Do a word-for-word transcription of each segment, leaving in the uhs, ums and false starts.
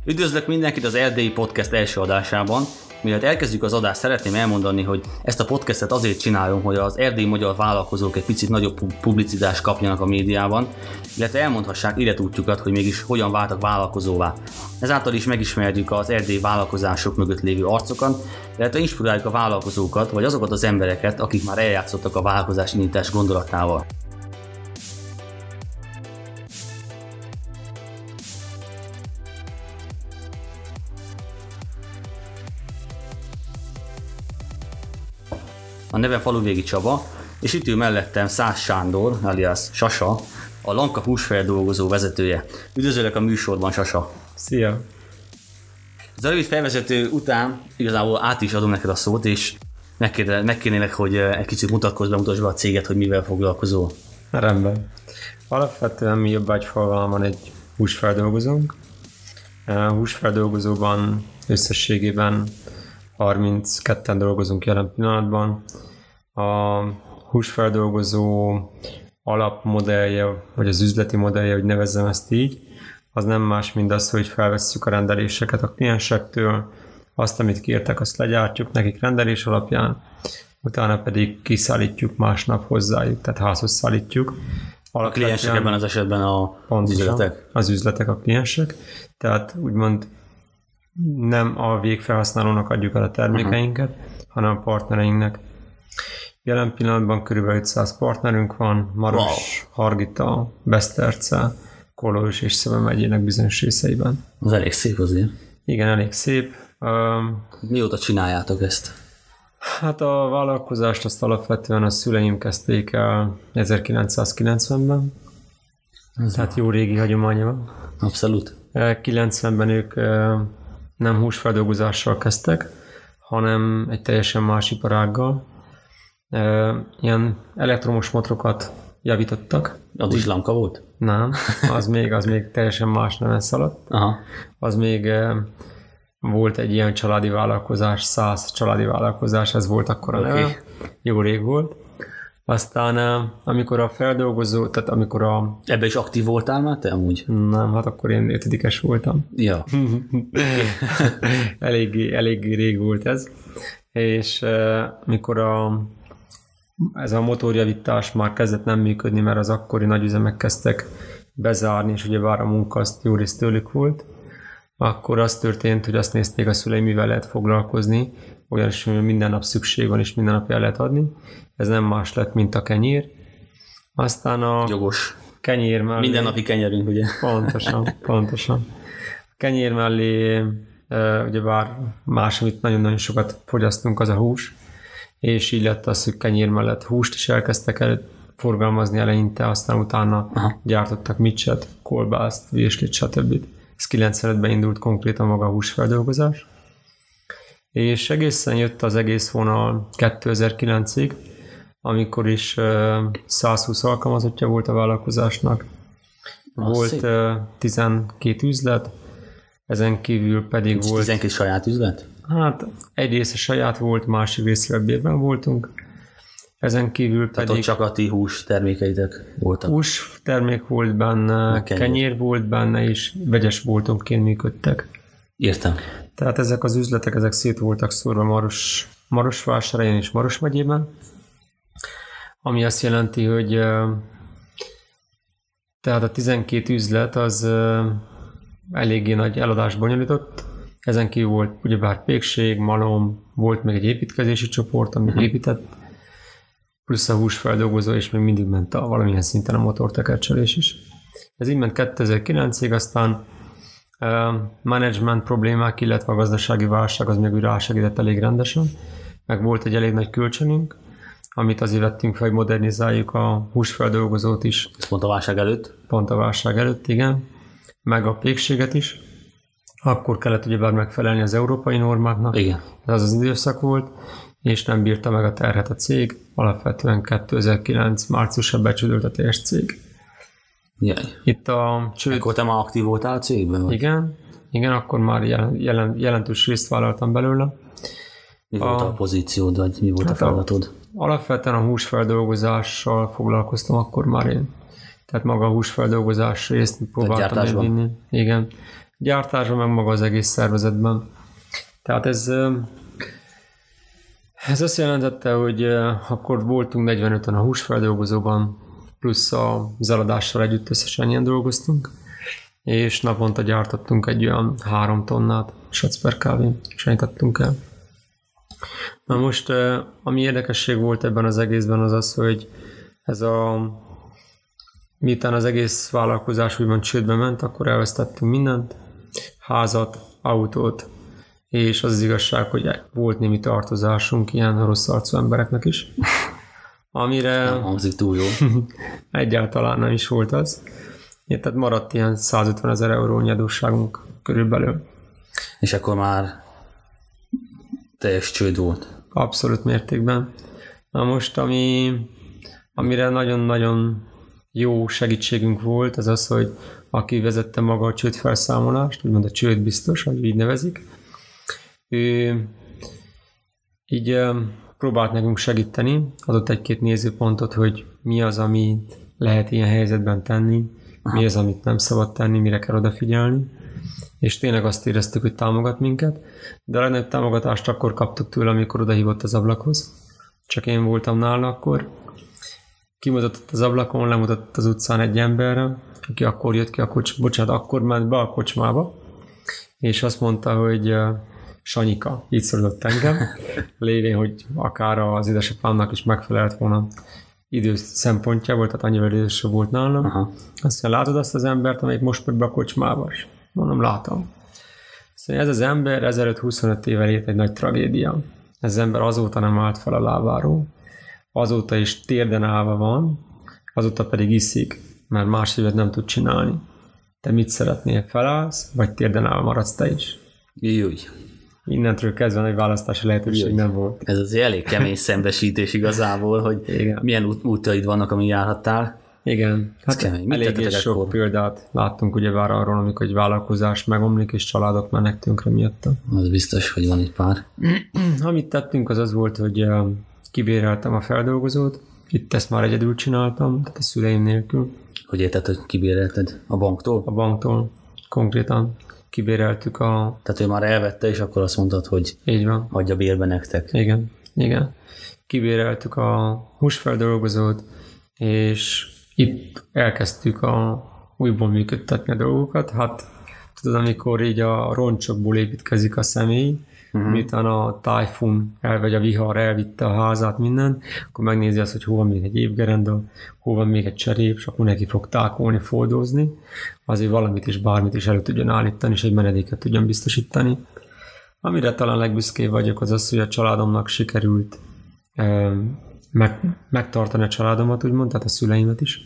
Üdvözlök mindenkit az Erdélyi Podcast első adásában. Mielőtt elkezdjük az adást, szeretném elmondani, hogy ezt a podcastet azért csinálom, hogy az erdélyi magyar vállalkozók egy picit nagyobb publicitást kapjanak a médiában, illetve elmondhassák életútjukat, hogy mégis hogyan váltak vállalkozóvá. Ezáltal is megismerjük az erdélyi vállalkozások mögött lévő arcokat, illetve inspiráljuk a vállalkozókat, vagy azokat az embereket, akik már eljátszottak a vállalkozás indítás gondolatával. A nevem Faluvégi Csaba, és itt ül mellettem Szász Sándor, alias Sasa, a Lanka húsfeldolgozó vezetője. Üdvözöllek a műsorban, Sasa! Szia! Ez a rövid felvezető után igazából át is adom neked a szót, és megkérnélek, hogy egy kicsit mutatkozz be, mutasd be a céget, hogy mivel foglalkozol. Rendben. Alapvetően mi Jobbágyfalván egy húsfeldolgozónk. A húsfeldolgozóban összességében harmincketten dolgozunk jelen pillanatban. A húsfeldolgozó alapmodellje, vagy az üzleti modellje, hogy nevezzem ezt így, az nem más, mint az, hogy felvesszük a rendeléseket a kliensektől, azt, amit kértek, azt legyártjuk nekik rendelés alapján, utána pedig kiszállítjuk másnap hozzájuk, tehát házhoz szállítjuk. A kliensek ebben az esetben a pontosan, üzletek? Az üzletek, a kliensek. Tehát úgymond nem a végfelhasználónak adjuk el a termékeinket, uh-huh. hanem a partnereinknek. Jelen pillanatban kb. ötszáz partnerünk van, Maros, wow. Hargita, Beszterce, Kolozs és Szebe megyének bizonyos részeiben. Az elég szép azért. Igen, elég szép. Mióta csináljátok ezt? Hát a vállalkozást azt alapvetően a szüleim kezdték el ezerkilencszázkilencvenben. Ez Tehát jó régi hagyománya van. Abszolút. kilencvenben ők nem húsfeldolgozással kezdtek, hanem egy teljesen más iparággal. Ilyen elektromos motorokat javítottak. Az is Lanka volt? Nem, az még, az még teljesen más neven szaladt. Aha. Az még volt egy ilyen családi vállalkozás, száz családi vállalkozás, ez volt akkor a neve. Okay. Jó rég volt. Aztán amikor a feldolgozó, tehát amikor a... Ebben is aktív voltál már te amúgy? Nem, hát akkor én ötödikes voltam. Ja. eléggé, eléggé rég volt ez. És mikor a, ez a motorjavítás már kezdett nem működni, mert az akkori nagyüzemek kezdtek bezárni, és ugye bár a munka azt jó részt tőlük volt, akkor az történt, hogy azt nézték a szüleim, mivel lehet foglalkozni, olyan is, hogy minden nap szükség van, és minden nap el lehet adni. Ez nem más lett, mint a kenyér. Aztán a Jogos. kenyér mellé... Minden napi kenyerünk, ugye? Pontosan, pontosan. A kenyér mellé, ugyebár más, amit nagyon-nagyon sokat fogyasztunk, az a hús, és így lett az, hogy kenyér mellett húst is elkezdtek el forgalmazni eleinte, aztán utána Aha. gyártottak micset, kolbászt, virslit, stb. Ez kilencvenötben indult konkrétan maga a húsfeldolgozás. És egészen jött az egész vonal kétezer-kilencig, amikor is uh, százhúsz alkalmazottja volt a vállalkozásnak. Az volt uh, tizenkét üzlet, ezen kívül pedig Nincs volt... tizenkét saját üzlet? Hát egy része saját volt, másik része bérben voltunk. Ezen kívül Tehát pedig... csak a ti hús termékeitek voltak? Hús termék volt benne, kenyér. kenyér volt benne, és vegyes boltonként működtek. Értem. Tehát ezek az üzletek, ezek szét voltak szórva Maros, Marosvásárhelyen és Maros megyében, ami azt jelenti, hogy tehát a tizenkét üzlet az eléggé nagy eladást bonyolított. Ezen kívül volt ugyebár pékség, malom, volt még egy építkezési csoport, ami hmm. épített, plusz a húsfeldolgozó, és még mindig ment a valamilyen szinten a motortekercselés is. Ez így ment kétezer-kilencig, aztán Uh, management problémák, illetve a gazdasági válság az még úgy rásegített elég rendesen. Meg volt egy elég nagy kölcsönünk, amit azért vettünk fel, hogy modernizáljuk a húsfeldolgozót is. Ez pont a válság előtt? Pont a válság előtt, igen. Meg a pékséget is. Akkor kellett ugyebár megfelelni az európai normáknak. Igen. Ez az az időszak volt, és nem bírta meg a terhet a cég. Alapvetően kétezer-kilenc márciusában becsődült a teljes cég. Jaj. Itt a csőd... Akkor te már aktív voltál a cégben? Vagy? Igen, igen, akkor már jelen, jelen, jelentős részt vállaltam belőle. Mi volt a, a pozíciód, vagy mi volt hát a feladatod? Alapvetően a húsfeldolgozással foglalkoztam akkor már én. Tehát maga a húsfeldolgozás részt próbáltam vinni. Igen. gyártásban, meg maga az egész szervezetben. Tehát ez, ez azt jelentette, hogy akkor voltunk negyvenöten a húsfeldolgozóban, plusz az eladással együtt összesen ilyen dolgoztunk, és naponta gyártottunk egy olyan három tonnát sac per kávé, sajnítottunk el. Na most, ami érdekesség volt ebben az egészben az az, hogy ez a miután az egész vállalkozás úgymond csődbe ment, akkor elvesztettünk mindent, házat, autót, és az az igazság, hogy volt némi tartozásunk ilyen rossz arcú embereknek is, amire nem hangzik túl jó. egyáltalán nem is volt az. Tehát maradt ilyen százötven ezer eurónyi adósságunk körülbelül. És akkor már teljes csőd volt. Abszolút mértékben. Na most, ami, amire nagyon-nagyon jó segítségünk volt, az az, hogy aki vezette maga a csődfelszámolást, úgymond a csődbiztos, hogy így nevezik, ő így próbált nekünk segíteni, adott egy-két nézőpontot, hogy mi az, amit lehet ilyen helyzetben tenni, mi az, amit nem szabad tenni, mire kell odafigyelni, és tényleg azt éreztük, hogy támogat minket, de a legnagyobb támogatást akkor kaptuk tőle, amikor odahívott az ablakhoz. Csak én voltam nála akkor. Kimutatott az ablakon, lemutatott az utcán egy emberre, aki akkor jött ki a kocsmába, bocsánat, akkor ment be a kocsmába, és azt mondta, hogy Sanyika, így szólott engem, lévén, hogy akár az édesapámnak is megfelelt volna idő szempontjából, tehát annyival idősebb volt nálam. Aha. Azt mondja, látod azt az embert, amelyik most megy be a kocsmába? Mondom, látom. Azt mondja, ez az ember ezelőtt huszonöt éve élt egy nagy tragédia. Ez az ember azóta nem állt fel a lábáról, azóta is térden állva van, azóta pedig iszik, mert más évet nem tud csinálni. Te mit szeretnél, felállsz, vagy térden állva maradsz te is? Júj. Innentől kezdve nagy választási lehetőség Júj. Nem volt. Ez azért elég kemény szembesítés igazából, hogy igen. Milyen út, útaid vannak, amin járhattál. Igen, hát eléggé sok akkor? Példát láttunk ugyebár arról, amikor egy vállalkozás megomlik, és családok mennek tönkre miatta. Az biztos, hogy van egy pár. Amit tettünk, az az volt, hogy kibéreltem a feldolgozót, itt ezt már egyedül csináltam, tehát a szüleim nélkül. Hogy érted, hogy kibérelted? A banktól? A banktól, konkrétan. Kibéreltük a... Tehát ő már elvette, és akkor azt mondtad, hogy így van. Hagyja bérbe nektek. Igen, igen. Kibéreltük a húsfeldolgozót, és itt elkezdtük a újból működtetni a dolgokat. Hát tudod, amikor így a roncsokból építkezik a személy, uh-huh. miután a tájfun, el, vagy a vihar elvitte a házát, minden, akkor megnézi azt, hogy hol van még egy évgerenda, hol van még egy cserép, és akkor neki fog tákolni, foldozni, azért valamit is, bármit is elő tudjon állítani, és egy menedéket tudjon biztosítani. Amire talán legbüszkébb vagyok, az az, hogy a családomnak sikerült eh, meg, megtartani a családomat, úgymond, tehát a szüleimet is,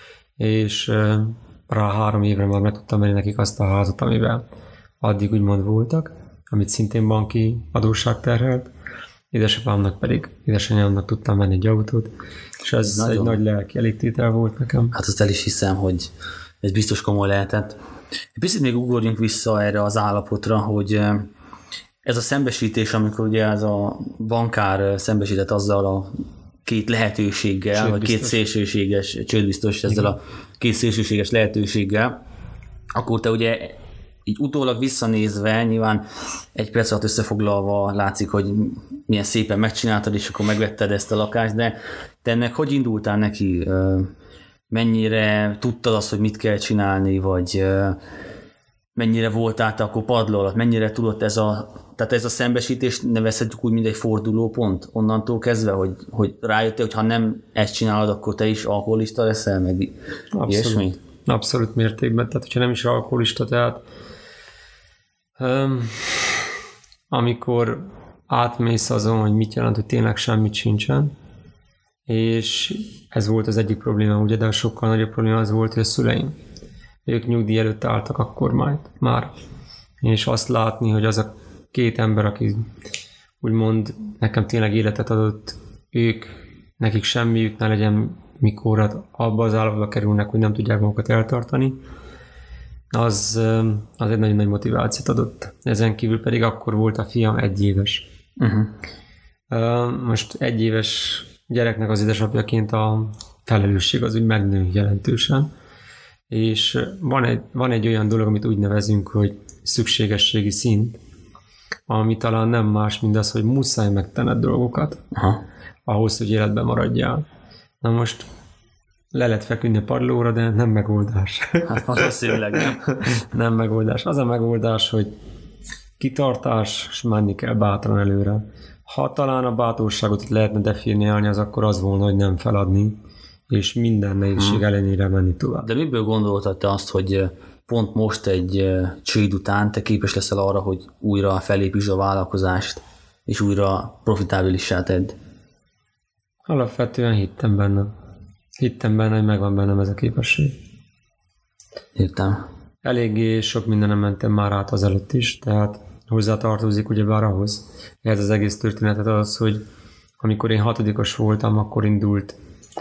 és eh, rá három évre már meg tudtam menni nekik azt a házat, amivel addig úgymond voltak, amit szintén banki adósság terhelt, édesapámnak pedig, édesanyámnak tudtam venni egy autót, és ez nagyon egy nagy lelki elégtétel volt nekem. Hát azt el is hiszem, hogy ez biztos komoly lehetett. Egy picit még ugorjunk vissza erre az állapotra, hogy ez a szembesítés, amikor ugye ez a bankár szembesített azzal a két lehetőséggel, csődbiztos. Vagy két szélsőséges, csődbiztos ezzel a két szélsőséges lehetőséggel, akkor te ugye így utólag visszanézve, nyilván egy perc alatt összefoglalva látszik, hogy milyen szépen megcsináltad, és akkor megvetted ezt a lakást, de te ennek hogy indultál neki? Mennyire tudtad azt, hogy mit kell csinálni, vagy mennyire voltál te akkor padló alatt, mennyire tudott ez a, tehát ez a szembesítés nevezhetjük úgy, mint egy fordulópont onnantól kezdve, hogy, hogy rájöttél, hogy ha nem ezt csinálod, akkor te is alkoholista leszel, meg abszolút, ilyesmi? Abszolút mértékben, tehát hogyha nem is alkoholista, tehát um, amikor átmész azon, hogy mit jelent, hogy tényleg semmit sincsen, és ez volt az egyik probléma, ugye, de a sokkal nagyobb probléma az volt, hogy a szüleim, ők nyugdíj előtt álltak akkor majd, már, és azt látni, hogy az a két ember, aki úgymond nekem tényleg életet adott, ők, nekik semmiük ne legyen, mikor abba az állapotba kerülnek, hogy nem tudják magukat eltartani, az, az egy nagyon nagy motivációt adott. Ezen kívül pedig akkor volt a fiam egy éves. Uh-huh. Most egy éves gyereknek az édesapjaként a felelősség az úgy megnő jelentősen, és van egy, van egy olyan dolog, amit úgy nevezünk, hogy szükségességi szint, ami talán nem más, mint az, hogy muszáj megtenned dolgokat, aha, ahhoz, hogy életben maradjál. Na most le lehet feküdni a padlóra, de nem megoldás. Hát valószínűleg nem. Nem megoldás. Az a megoldás, hogy kitartás, és menni kell bátran előre. Ha talán a bátorságot itt lehetne definiálni, az akkor az volna, hogy nem feladni, és minden nehézség hmm. ellenére menni tovább. De miből gondoltad te azt, hogy pont most egy csőd után te képes leszel arra, hogy újra felépítsd a vállalkozást, és újra profitábilissá tedd? Alapvetően hittem benne. Hittem benne, hogy megvan bennem ez a képesség. Értem. Eléggé sok mindenem mentem már át azelőtt is, tehát hozzátartozik ugyebár ahhoz. Ez az egész történetet az, hogy amikor én hatodikos voltam, akkor indult,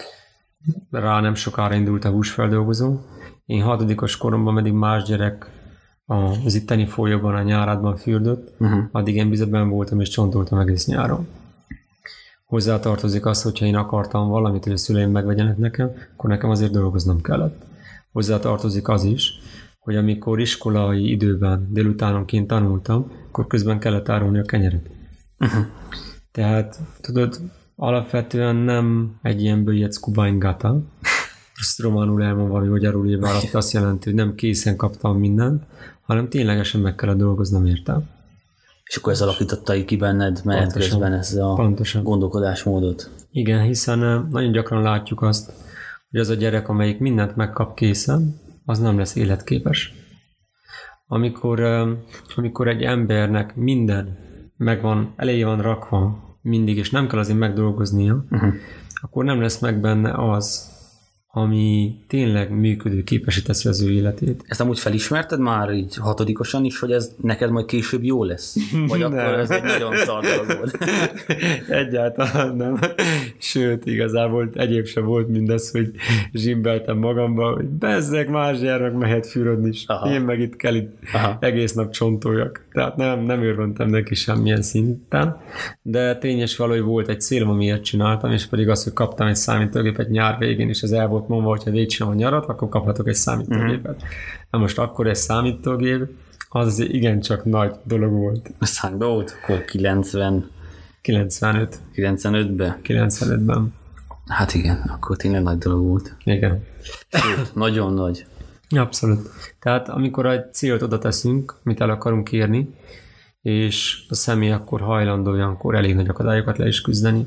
rá nem sokára indult a húsfeldolgozó. Én hatodikos koromban pedig más gyerek az itteni folyóban, a nyárádban fürdött, uh-huh. addig én bizonyban voltam és csontoltam egész nyáron. Hozzátartozik az, hogyha én akartam valamit, hogy a szüleim megvegyenek nekem, akkor nekem azért dolgoznom kellett. Hozzátartozik az is, hogy amikor iskolai időben délutánonként tanultam, akkor közben kellett árulni a kenyeret. Uh-huh. Tehát, tudod, alapvetően nem egy ilyen bőjec kubány-gata, ezt románul elmondva, hogy magyarul írva azt jelenti, hogy nem készen kaptam mindent, hanem ténylegesen meg kellett dolgoznom értem. És akkor ez alakította ki benned menet pontosan, közben ez a pontosan. Gondolkodásmódot. Igen, hiszen nagyon gyakran látjuk azt, hogy az a gyerek, amelyik mindent megkap készen, az nem lesz életképes. Amikor, amikor egy embernek minden megvan, elejé van rakva mindig, és nem kell azért megdolgoznia, uh-huh. akkor nem lesz meg benne az, ami tényleg működő képesé teszi az ő életét. Ezt amúgy felismerted már így hatodikosan is, hogy ez neked majd később jó lesz? Vagy akkor ez egy nagyon szar dolog volt? Egyáltalán nem. Sőt, igazából egyéb sem volt mindez, hogy zsimbeltem magamba, hogy bezzeg, más gyermek mehet fürödni is. Aha. Én meg itt kell itt Aha. egész nap csontoljak. Tehát nem, nem örvöntem neki semmilyen szinten. De tényes való, hogy volt egy célom, amiért csináltam, és pedig az, hogy kaptam egy számítógépet nyár végén, és az el volt mondva, hogyha végigcsinálom a nyarat, akkor kaphatok egy számítógépet. Mm-hmm. Na most akkor egy számítógép, az igencsak nagy dolog volt. Ez hány volt? Akkor kilencven... kilencvenöt. kilencvenötben? kilencvenötben. Hát igen, akkor tényleg nagy dolog volt. Igen. Sőt, nagyon nagy. Abszolút. Tehát amikor egy célt oda teszünk, mit el akarunk érni, és a személy akkor hajlandó olyankor elég nagy akadályokat le is küzdeni.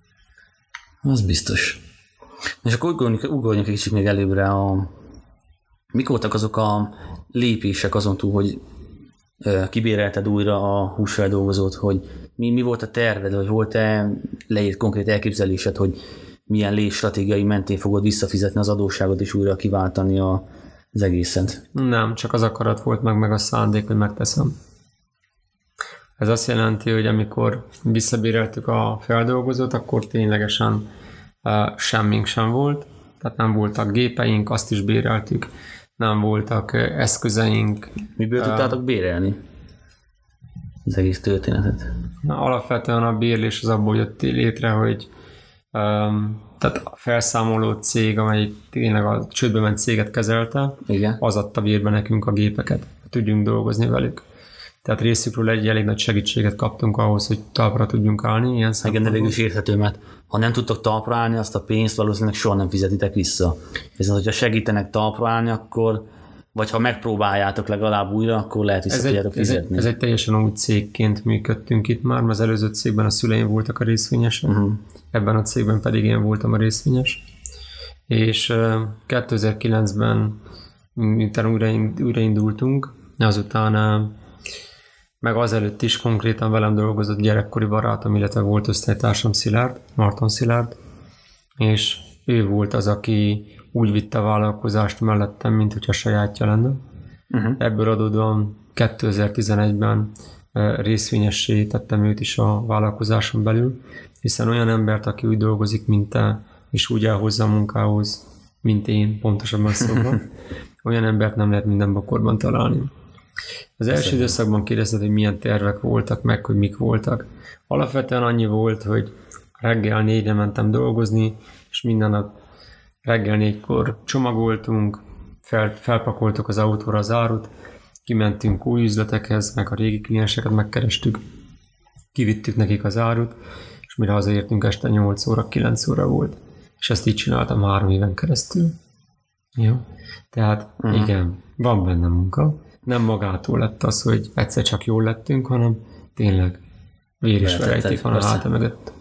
Az biztos. És akkor ugorjunk egy kicsit még előbbre, a... mik voltak azok a lépések azon túl, hogy kibérelted újra a húsfeldolgozót, hogy mi, mi volt a terved, vagy volt-e leírt konkrét elképzelésed, hogy milyen lépstratégiai mentén fogod visszafizetni az adósságot és újra kiváltani a, az egészet? Nem, csak az akarat volt meg, meg a szándék, hogy megteszem. Ez azt jelenti, hogy amikor visszabéreltük a feldolgozót, akkor ténylegesen Uh, semmink sem volt, tehát nem voltak gépeink, azt is béreltük, nem voltak uh, eszközeink. Miből uh, tudtátok bérelni az egész történetet? Na, alapvetően a bérlés az abból jött létre, hogy um, tehát a felszámoló cég, amely tényleg a csődbe ment céget kezelte, igen. az adta bérbe nekünk a gépeket, tudjunk dolgozni velük. Tehát részükről egy elég nagy segítséget kaptunk ahhoz, hogy talpra tudjunk állni. Ilyen igen, de végül is érthető, mert ha nem tudtok talpra állni, azt a pénzt valószínűleg soha nem fizetitek vissza. Viszont, hogyha segítenek talpra állni, akkor, vagy ha megpróbáljátok legalább újra, akkor lehet vissza tudjátok fizetni. Ez egy, ez egy teljesen új cégként működtünk itt már, mert az előző cégben a szüleim voltak a részvényesek, uh-huh. ebben a cégben pedig én voltam a részvényes. És kétezer-kilencben miután újraindultunk, azután meg azelőtt is konkrétan velem dolgozott gyerekkori barátom, illetve volt osztálytársam Szilárd, Marton Szilárd, és ő volt az, aki úgy vitte a vállalkozást mellettem, mint hogyha sajátja lenne. Uh-huh. Ebből adódóan kétezer-tizenegyben részvényessé tettem őt is a vállalkozáson belül, hiszen olyan embert, aki úgy dolgozik, mint te, és úgy áll hozzá a munkához, mint én, pontosabban szóval, olyan embert nem lehet minden bokorban találni. Az első Köszönöm. időszakban kérdezted, hogy milyen tervek voltak, meg hogy mik voltak. Alapvetően annyi volt, hogy reggel négyre mentem dolgozni, és minden nap reggel négykor csomagoltunk, fel, felpakoltuk az autóra az árut, kimentünk új üzletekhez, meg a régi klienseket megkerestük, kivittük nekik az árut, és mire hazaértünk este nyolc óra, kilenc óra volt. És ezt így csináltam három éven keresztül. Jó? Tehát uh-huh. igen, van benne munka. Nem magától lett az, hogy egyszer csak jól lettünk, hanem tényleg vér és verejték van a háta mögött.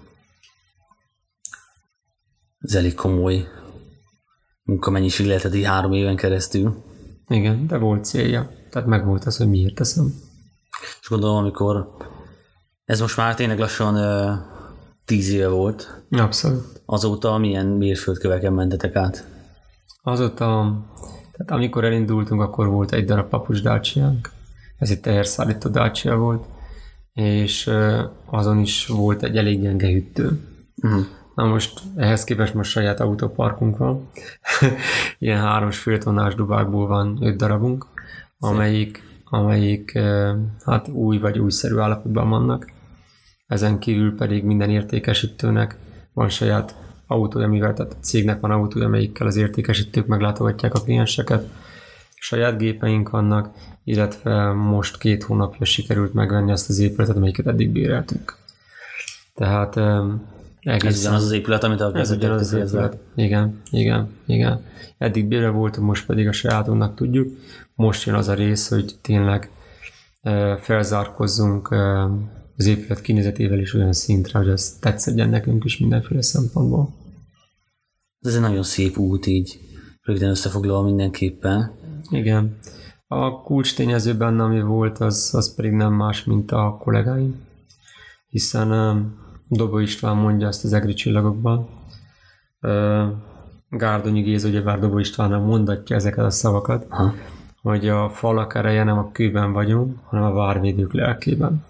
Ez elég komoly munkamennyiség lehetett így három éven keresztül. Igen, de volt célja. Tehát meg volt az, hogy miért teszem. És gondolom, amikor ez most már tényleg lassan uh, tíz éve volt. Abszolút. Azóta milyen mérföldköveken mentetek át? Azóta, tehát amikor elindultunk, akkor volt egy darab papucs Dacia-nk. Ez egy teherszállító Dacia volt, és uh, azon is volt egy elég gyenge hűtő. Uh-huh. Na most ehhez képest most saját autóparkunk van. Ilyen három és fél tonnás dubákból van öt darabunk, amelyik, amelyik hát új vagy újszerű állapotban vannak. Ezen kívül pedig minden értékesítőnek van saját autója, mivel tehát a cégnek van autója, amelyikkel az értékesítők meglátogatják a klienseket. Saját gépeink vannak, illetve most két hónapja sikerült megvenni azt az épületet, amelyiket eddig béreltünk. Tehát egészen, ez ugyanaz az épület, amit a ez ugyanaz az épület. Igen, igen, igen. Eddig bérre voltunk, most pedig a sajátunknak tudjuk. Most jön az a rész, hogy tényleg e, felzárkozzunk e, az épület kinézetével is olyan szintre, hogy ez tetszedjen nekünk is mindenféle szempontból. Ez egy nagyon szép út így, röviden összefoglalva mindenképpen. Igen. A kulcs tényező benne, ami volt, az, az pedig nem más, mint a kollégáim. Hiszen e, Dobó István mondja ezt az Egri csillagokban. E, Gárdonyi Géza, ugyebár Dobó Istvánnak mondatja ezeket a szavakat, ha. hogy a falak ereje nem a kőben vagyunk, hanem a várvédők lelkében.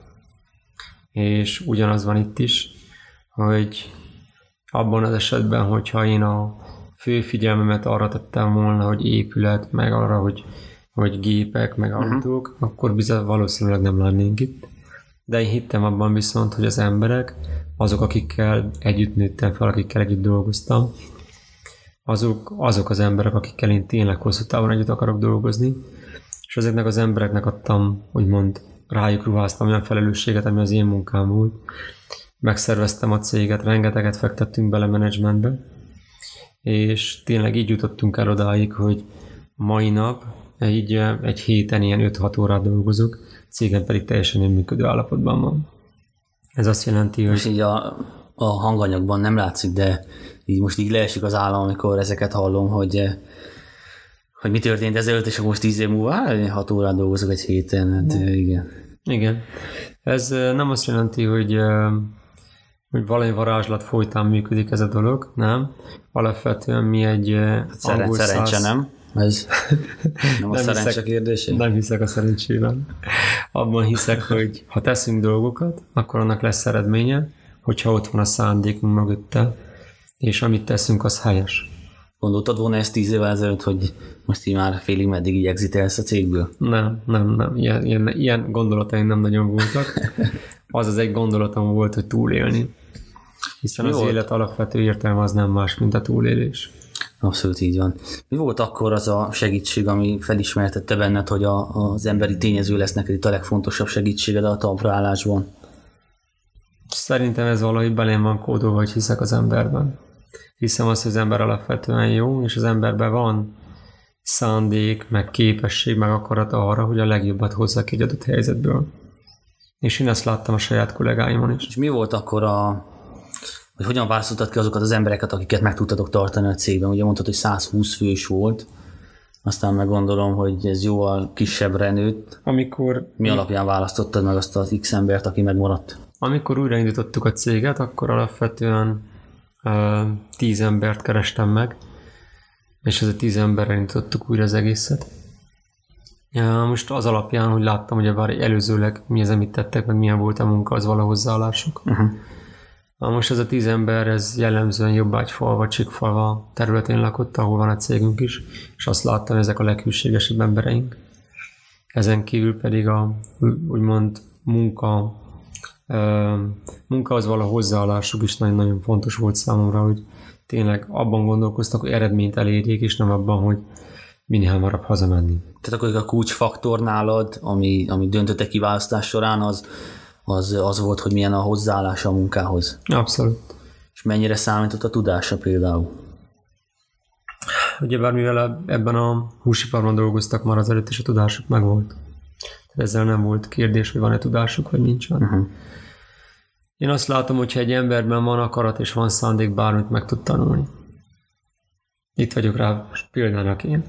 És ugyanaz van itt is, hogy abban az esetben, hogyha én a fő figyelmemet arra tettem volna, hogy épület, meg arra, hogy, hogy gépek, meg autók, uh-huh. akkor bizony valószínűleg nem lennénk itt. De én hittem abban viszont, hogy az emberek, azok, akikkel együtt nőttem fel, akikkel együtt dolgoztam, azok, azok az emberek, akikkel én tényleg hosszú távon együtt akarok dolgozni, és ezeknek az embereknek adtam, úgymond rájuk ruháztam olyan felelősséget, ami az én munkám volt. Megszerveztem a céget, rengeteget fektettünk bele menedzsmentbe, és tényleg így jutottunk el odáig, hogy mai nap így egy héten ilyen öt-hat órát dolgozok, a cégem pedig teljesen önműködő állapotban van. Ez azt jelenti, hogy... És így a, a hanganyagban nem látszik, de így most így leesik az állam, amikor ezeket hallom, hogy, hogy mi történt ezelőtt, és most tíz év múlva, hát hat órát dolgozok egy héten, hát igen. Igen. Ez nem azt jelenti, hogy, hogy valami varázslat folytán működik ez a dolog, nem? Alapvetően mi egy angol száz... Szerencse, nem? Ez nem a nem szerencse hiszek, kérdése? Nem hiszek a szerencsében. Abban hiszek, hogy ha teszünk dolgokat, akkor annak lesz eredménye, hogyha ott van a szándékunk mögötte, és amit teszünk, az helyes. Gondoltad volna ezt tíz évvel ezelőtt, hogy most így már félig meddig így exitelsz a cégből? Nem, nem, nem. Ilyen, ilyen, ilyen gondolataim nem nagyon voltak. Az az egy gondolatom volt, hogy túlélni. Hiszen Mi az volt? Élet alapvető értelme az nem más, mint a túlélés. Abszolút így van. Mi volt akkor az a segítség, ami felismertette benned, hogy a, az emberi tényező lesz neked itt a legfontosabb segítséged a talpraállásban? Szerintem ez valahogy belém van kódolva, hogy hiszek az emberben. Hiszem azt, hogy az ember alapvetően jó, és az emberben van szándék, meg képesség, meg akarata arra, hogy a legjobbat hozzák egy adott helyzetből. És én ezt láttam a saját kollégáimon is. És mi volt akkor a... hogy hogyan választottad ki azokat az embereket, akiket meg tudtatok tartani a cégben? Ugye mondtad, hogy száz húsz fős volt, aztán meg gondolom, hogy ez jóval kisebbre nőtt. Amikor... Mi alapján választottad meg azt az X embert, aki megmaradt? Amikor újraindítottuk a céget, akkor alapvetően uh, tíz embert kerestem meg, és ez a tíz emberrel indítottuk újra az egészet. Ja, most az alapján, hogy láttam, hogy bár előzőleg mi az, amit tettek, meg milyen volt a munka, az vala hozzáállásuk. Uh-huh. Na most ez a tíz ember, ez jellemzően Jobbágyfalva, Csikfalva területén lakott, ahol van a cégünk is, és azt láttam, hogy ezek a leghűségesebb embereink. Ezen kívül pedig a úgymond munka, munkahoz való hozzáállásuk is nagyon-nagyon fontos volt számomra, hogy tényleg abban gondolkoztak, hogy eredményt elérjék, és nem abban, hogy minél hamarabb hazamenni. Tehát akkor a kulcsfaktor nálad, ami, ami döntött a kiválasztás során, az, az, az volt, hogy milyen a hozzáállás a munkához. Abszolút. És mennyire számított a tudása például? Ugyebár mivel ebben a húsiparban dolgoztak már az előtt, és a tudásuk megvolt. Ezzel nem volt kérdés, hogy van-e tudásuk, vagy nincsen. Uh-huh. Én azt látom, hogyha egy emberben van akarat és van szándék, bármit meg tud tanulni. Itt vagyok rá példának én.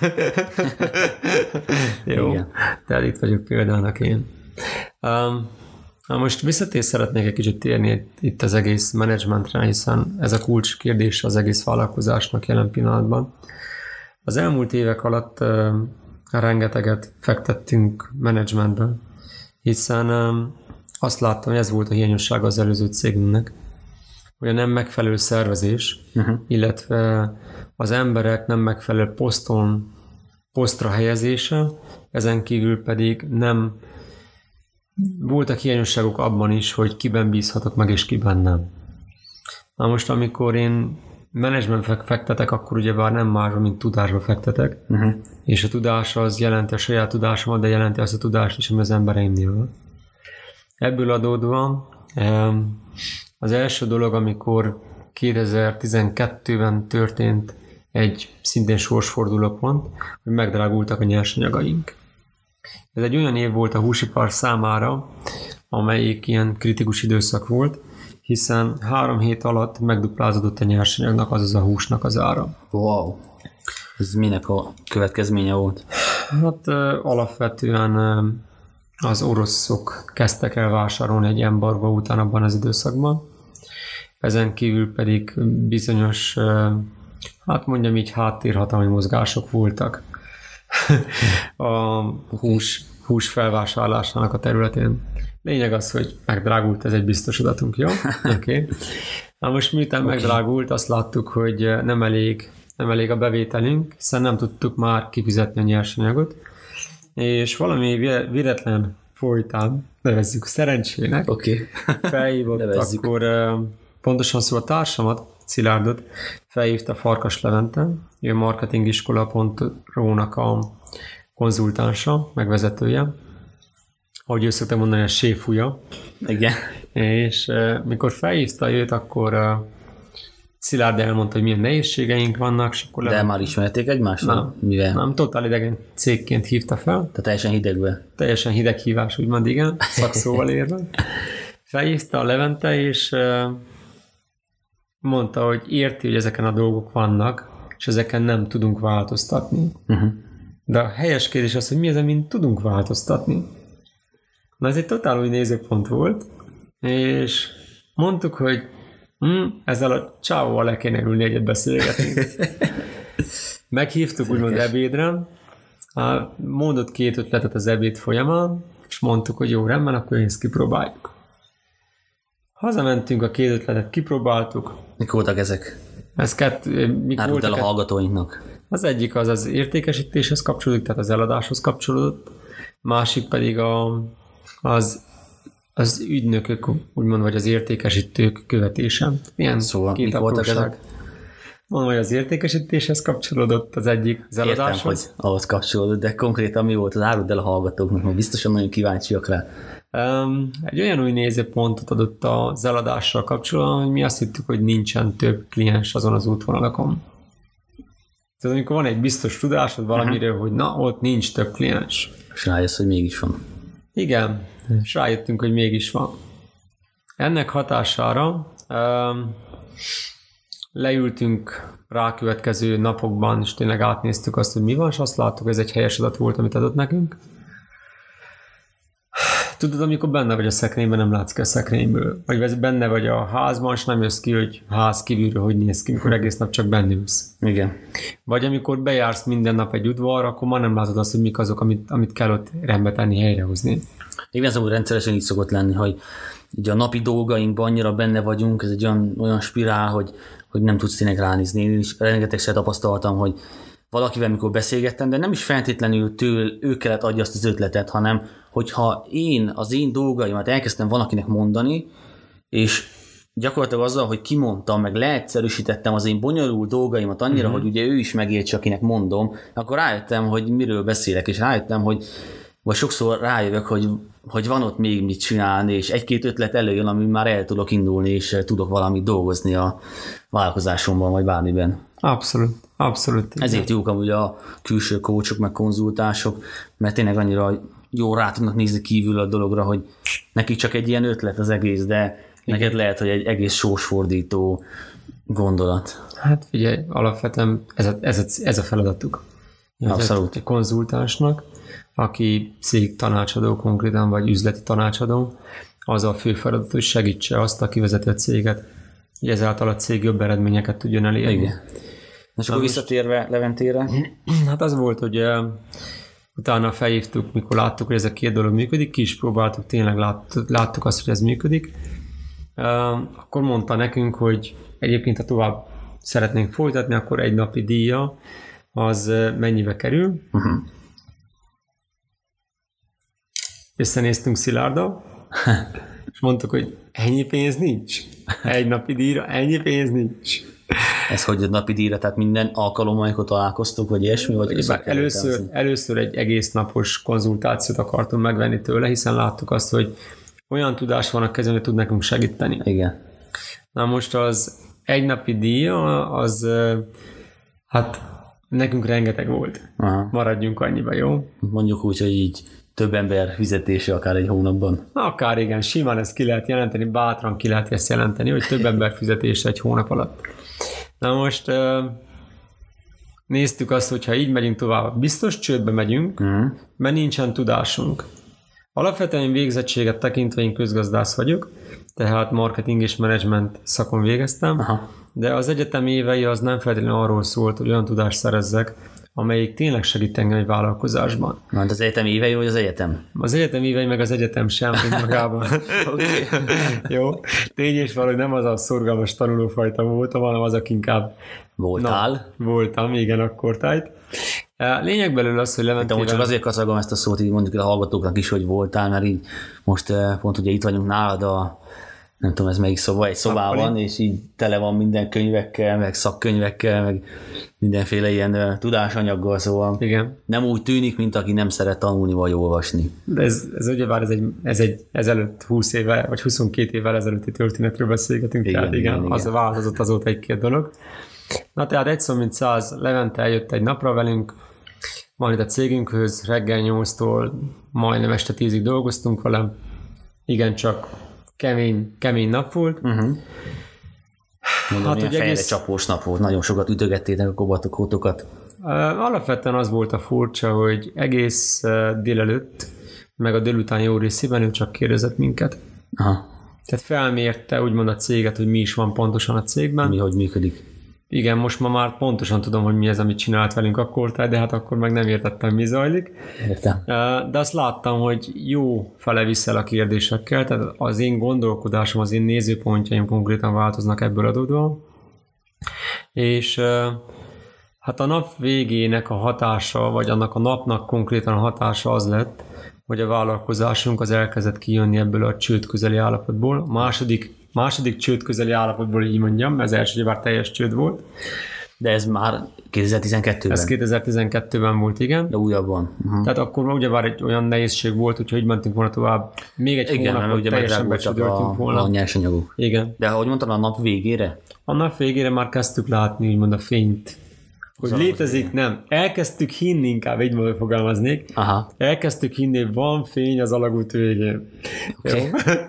Jó, igen. Tehát itt vagyok példának én. Um, most visszatér szeretnék egy kicsit térni itt az egész menedzsmentre, hiszen ez a kulcs kérdés az egész vállalkozásnak jelen pillanatban. Az elmúlt évek alatt uh, rengeteget fektettünk menedzsmentbe, hiszen um, azt láttam, hogy ez volt a hiányossága az előző cégünknek, hogy a nem megfelelő szervezés, uh-huh. illetve az emberek nem megfelelő poszton, posztra helyezése, ezen kívül pedig nem voltak hiányosságok abban is, hogy kiben bízhatok meg, és kiben nem. Na most, amikor én menedzsmentbe fektetek, akkor ugyebár nem másban, mint tudásba fektetek, uh-huh. és a tudás az jelenti a saját tudásomat, de jelenti azt a tudást is, ami az embereimnél van. Ebből adódóan az első dolog, amikor kétezer-tizenkettőben történt egy szintén sorsforduló pont, hogy megdrágultak a nyersanyagaink. Ez egy olyan év volt a húsipar számára, amelyik ilyen kritikus időszak volt, hiszen három hét alatt megduplázódott a nyersanyagnak, azaz a húsnak az ára. Wow! Ez minek a következménye volt? Hát alapvetően az oroszok kezdtek el vásárolni egy embargo után abban az időszakban. Ezen kívül pedig bizonyos, hát mondjam így, háttérhatalmi mozgások voltak a hús, hús felvásárlásának a területén. Lényeg az, hogy megdrágult, ez egy biztos adatunk, jó? Oké. Okay. Na most miután okay. megdrágult, azt láttuk, hogy nem elég, nem elég a bevételünk, hiszen nem tudtuk már kifizetni a nyersanyagot, és valami véletlen folytán, nevezzük szerencsének, okay. felhívott akkor pontosan szó a társamat, Szilárdot, felhívta Farkas Levente, ő a marketingiskola pont ro-nak a konzultánsa, megvezetője, ahogy ő szokta mondani, a séfúja. Igen. És uh, mikor felhívta őt, akkor uh, Szilárd elmondta, hogy milyen nehézségeink vannak. És akkor de le... már ismerték egymást? Nem, mivel? nem, totál idegen cégként hívta fel. Tehát teljesen hidegbe? Teljesen hideg hívás, úgymond, igen, szakszóval érve. Felhívta a Levente, és uh, mondta, hogy érti, hogy ezeken a dolgok vannak, és ezeken nem tudunk változtatni. Uh-huh. De a helyes kérdés az, hogy mi az, amin tudunk változtatni. Na ez egy totál új nézőpont volt, és mondtuk, hogy hm, ezzel a csávóval le kéne ülni, egyet beszélgetni. Meghívtuk úgymond ebédre, mondott két ötletet az ebéd folyamán, és mondtuk, hogy jó, rendben, akkor ezt kipróbáljuk. Hazamentünk, a két ötletet kipróbáltuk. Mik voltak ezek? Ez kett, mik Árult voltak el a hallgatóinknak. Az egyik az az értékesítéshez kapcsolódik, tehát az eladáshoz kapcsolódott, másik pedig a, az, az ügynökök, úgymond, vagy az értékesítők követése. Milyen szóval mik voltak ezek? Mondom, hogy az értékesítéshez kapcsolódott az egyik, az eladáshoz. Értem, hogy ahhoz kapcsolódott, de konkrétan mi volt az árult el a hallgatóknak, mert biztosan nagyon kíváncsiak rá. Um, egy olyan új nézőpontot adott az eladással kapcsolatban, hogy mi azt hittük, hogy nincsen több kliens azon az útvonalakon. Tehát amikor van egy biztos tudásod valamiről, uh-huh. hogy na, ott nincs több kliens. És rájössz, hogy mégis van. Igen, és rájöttünk, hogy mégis van. Ennek hatására um, leültünk rákövetkező napokban, és tényleg átnéztük azt, hogy mi van, és azt láttuk, hogy ez egy helyes adat volt, amit adott nekünk. Tudod, amikor benne vagy a szekrényben, nem látsz ki a szekrényből. Vagy benne vagy a házban, és nem jössz ki, hogy ház kívülről hogy néz ki, amikor egész nap csak benne ülsz. Igen. Vagy amikor bejársz minden nap egy udvarra, akkor már nem látod azt, hogy mik azok, amit, amit kell ott rendbe tenni, helyrehozni. Igen, ez amúgy rendszeresen így szokott lenni, hogy ugye a napi dolgainkban annyira benne vagyunk, ez egy olyan, olyan spirál, hogy, hogy nem tudsz tényleg ránézni. Én is rengetegszer tapasztaltam, hogy valakivel mikor beszélgettem, de nem is feltétlenül től, ő kellett adja azt az ötletet, hanem hogyha én az én dolgaimat elkezdtem valakinek mondani, és gyakorlatilag azzal, hogy kimondtam, meg leegyszerűsítettem az én bonyolult dolgaimat annyira, uh-huh. hogy ugye ő is megértse, akinek mondom, akkor rájöttem, hogy miről beszélek, és rájöttem, hogy vagy sokszor rájövök, hogy, hogy van ott még mit csinálni, és egy-két ötlet előjön, ami már el tudok indulni, és tudok valamit dolgozni a vállalkozásomban, vagy bármiben. Abszolút, abszolút. Ezért jók amúgy a külső coachok, meg konzultások, mert tényleg annyira jó rá tudnak nézni kívül a dologra, hogy nekik csak egy ilyen ötlet az egész, de igen. neked lehet, hogy egy egész sorsfordító gondolat. Hát figyelj, alapvetően ez a, ez a, ez a feladatuk. Ez abszolút. Egy konzultánsnak, aki cég tanácsadó konkrétan, vagy üzleti tanácsadó, az a fő feladat, hogy segítse azt, aki vezeti a céget, hogy ezáltal a cég jobb eredményeket tudjon elérni. Igen. És akkor visszatérve Leventére? Hát az volt, hogy uh, utána felhívtuk, mikor láttuk, hogy ez a két dolog működik, ki is próbáltuk, tényleg láttuk, láttuk azt, hogy ez működik. Uh, akkor mondta nekünk, hogy egyébként, ha tovább szeretnénk folytatni, akkor egy napi díja az uh, mennyibe kerül. Uh-huh. Összenéztünk Szilárddal, és mondtuk, hogy ennyi pénz nincs. Egy napi díjra ennyi pénz nincs. Ez hogy a napi díjra, tehát minden alkalommal, amikor találkoztuk, vagy ilyesmi? Vagy először, először egy egész napos konzultációt akartunk megvenni tőle, hiszen láttuk azt, hogy olyan tudás van a kezén, hogy tud nekünk segíteni. Igen. Na most az egy napi díja, az hát nekünk rengeteg volt. Aha. Maradjunk annyiba, jó? Mondjuk úgy, hogy így több ember fizetése akár egy hónapban. Akár igen, simán ezt ki lehet jelenteni, bátran ki lehet ezt jelenteni, hogy több ember fizetése egy hónap alatt. Na most néztük azt, hogy ha így megyünk tovább, biztos csődbe megyünk, uh-huh. mert nincsen tudásunk. Alapvetően végzettséget tekintve én közgazdász vagyok, tehát marketing és management szakon végeztem, aha. de az egyetem évei az nem feltétlenül arról szólt, hogy olyan tudást szerezzek, amelyik tényleg segít engem egy vállalkozásban. Mert az egyetem évei, vagy az egyetem? Az egyetem évei, meg az egyetem sem, mint magában. Jó? Tény és valahogy nem az a szorgalmas tanulófajta voltam, hanem az, aki inkább... Voltál? Na, voltam, igen, akkortájt. Lényegbelül az, hogy Leventére... De csak azért kacagom ezt a szót, így mondjuk a hallgatóknak is, hogy voltál, mert így most pont ugye itt vagyunk nálad a nem tudom, ez melyik szoba, egy szobában, és így tele van minden könyvekkel, meg szakkönyvekkel, meg mindenféle ilyen uh, tudásanyaggal, szóval igen. Nem úgy tűnik, mint aki nem szeret tanulni vagy olvasni. De ez, ez ugyebár ez egy, ez egy ezelőtt húsz éve, vagy huszonkét évvel ezelőtti történetről beszélgetünk, igen, tehát igen, igen, az igen. Változott azóta egy-két dolog. Na tehát egy szó mint száz, Levente eljött egy napra velünk, majd a cégünkhöz reggel nyolctól majdnem este tízig dolgoztunk vele, igen, csak kemény, kemény nap volt. Uh-huh. Mondom, hát, ilyen fejre egész... csapós nap volt, nagyon sokat ütögettétek a kobatkótokat. Uh, alapvetően az volt a furcsa, hogy egész uh, délelőtt, meg a délután jó részében ő csak kérdezett minket. Aha. Tehát felmérte úgymond a céget, hogy mi is van pontosan a cégben. Mi, hogy működik. Igen, most ma már pontosan tudom, hogy mi ez, amit csinált velünk akkor, de hát akkor meg nem értettem, mi zajlik. Értem. De azt láttam, hogy jó fele viszel a kérdésekkel, tehát az én gondolkodásom, az én nézőpontjaim konkrétan változnak ebből adódóan. És hát a nap végének a hatása, vagy annak a napnak konkrétan a hatása az lett, hogy a vállalkozásunk az elkezdett kijönni ebből a csőd közeli állapotból. A második Második csőd közeli állapotból, így mondjam, ez első ugye már teljes csőd volt. De ez már kétezer-tizenkettőben? Ez kétezer-tizenkettőben volt, igen. De újabban. Uh-huh. Tehát akkor már ugyebár egy olyan nehézség volt, úgyhogy így mentünk volna tovább. Még egy igen, hónapot ugye teljesen becsődöltünk volna. A nyersanyagok. Igen. De ahogy mondtam, a nap végére? A nap végére már kezdtük látni, úgymond a fényt. Hogy Zaraz létezik, igen. Nem. Elkezdtük hinni, inkább így mondom, fogalmaznék. Aha. Elkezdtük hinni, hogy van fény az alagút végén. Okay.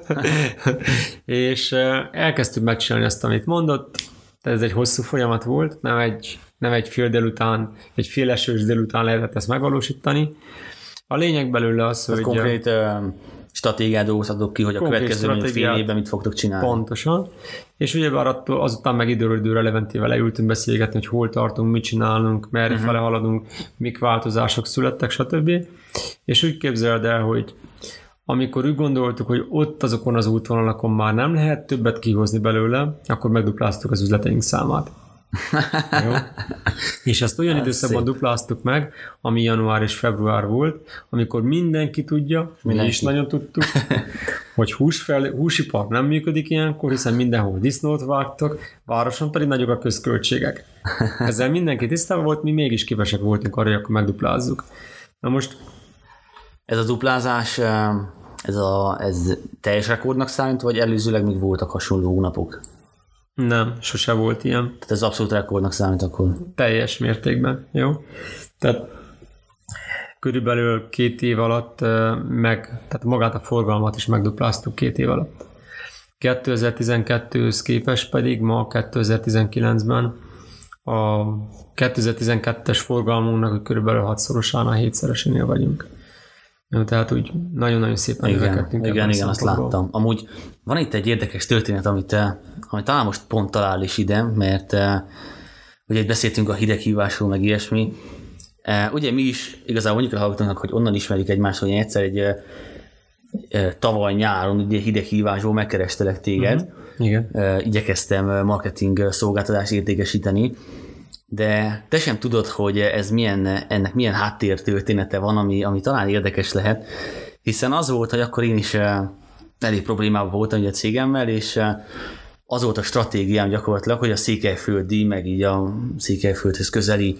És elkezdtük megcsinálni azt, amit mondott. Ez egy hosszú folyamat volt, nem egy, nem egy fél délután, egy fél esős délután lehetett ezt megvalósítani. A lényeg belőle az, ez hogy... konkrét uh, stratégiát dolgoztatok ki, hogy a következő mondjuk fél évben mit fogtok csinálni. Pontosan. És ugyebár attól, azután meg időről időre Leventével leültünk beszélgetni, hogy hol tartunk, mit csinálunk, merre uh-huh. fele haladunk, mik változások születtek, stb. És úgy képzeld el, hogy amikor úgy gondoltuk, hogy ott azokon az útvonalakon már nem lehet többet kihozni belőle, akkor megdupláztuk az üzleteink számát. Jó? És ezt olyan időszakban dupláztuk meg, ami január és február volt, amikor mindenki tudja, mi is nagyon tudtuk, hogy húsfel, húsipar nem működik ilyenkor, hiszen mindenhol disznót vágtak, városon pedig nagyok a közköltségek. Ezzel mindenki tisztában volt, mi mégis képesek voltunk arra, hogy akkor megduplázzuk. Na most... Ez a duplázás, ez, a, ez teljes rekordnak számít, vagy előzőleg még voltak hasonló hónapok? Nem, sose volt ilyen. Tehát ez abszolút rekordnak számít akkor? Teljes mértékben, jó? Tehát körülbelül két év alatt meg, tehát magát a forgalmat is megdupláztuk két év alatt. kétezer-tizenkettőhöz képest pedig ma kétezer-tizenkilencben a kétezer-tizenkettes forgalmunknak körülbelül hatszorosánál, hétszeresénél vagyunk. Tehát úgy nagyon-nagyon szépen növekedtünk. Igen, igen, azt láttam. Amúgy van itt egy érdekes történet, amit, amit talán most pont talál is ide, mert ugye itt beszéltünk a hideghívásról, meg ilyesmi. Ugye mi is igazából mondjuk a hallgatóknak, hogy onnan ismerjük egymást, hogy egyszer egy tavaly nyáron ugye hideghívásból megkerestelek téged. Uh-huh. Igen. Igyekeztem marketing szolgáltatást értékesíteni, de te sem tudod, hogy ez milyen, ennek milyen háttértörténete van, ami, ami talán érdekes lehet, hiszen az volt, hogy akkor én is elég problémában voltam ugye a cégemmel, és az volt a stratégiám gyakorlatilag, hogy a székelyföldi, meg így a Székelyföldhöz közeli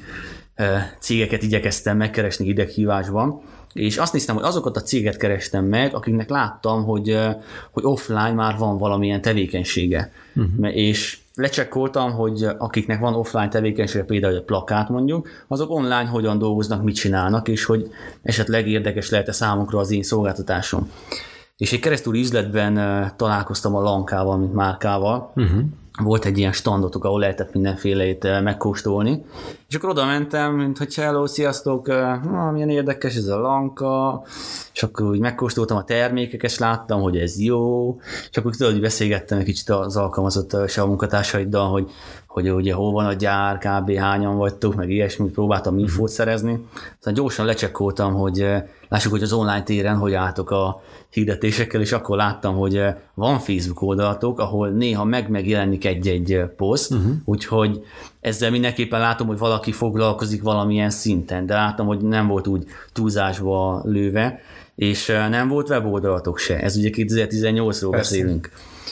cégeket igyekeztem megkeresni hideghívásban, és azt néztem, hogy azokat a céget kerestem meg, akiknek láttam, hogy, hogy offline már van valamilyen tevékenysége. Uh-huh. És lecsekkoltam, hogy akiknek van offline tevékenysége, például a plakát mondjuk, azok online hogyan dolgoznak, mit csinálnak, és hogy esetleg érdekes lehet-e számukra az én szolgáltatásom. És egy keresztúri üzletben találkoztam a Lankával, mint márkával. Uh-huh. Volt egy ilyen standotok, ahol lehetett mindenféleit megkóstolni. És akkor oda mentem, mint hogy hello, sziasztok, ah, milyen érdekes ez a Lanka, és akkor úgy megkóstoltam a termékeket, és láttam, hogy ez jó, és akkor tudod, hogy beszélgettem egy kicsit az alkalmazott se a munkatársaiddal, hogy, hogy ugye hol van a gyár, kb. Hányan vagytok, meg ilyesmit, próbáltam infót szerezni. Aztán gyorsan lecsekkoltam, hogy lássuk, hogy az online téren hogy álltok a hirdetésekkel, és akkor láttam, hogy van Facebook oldalatok, ahol néha meg-megjelenik egy-egy poszt, uh-huh. úgyhogy ezzel mindenképpen látom, hogy valaki foglalkozik valamilyen szinten, de láttam, hogy nem volt úgy túlzásba lőve, és nem volt weboldalatok se. Ez ugye kétezer-tizennyolcról beszélünk.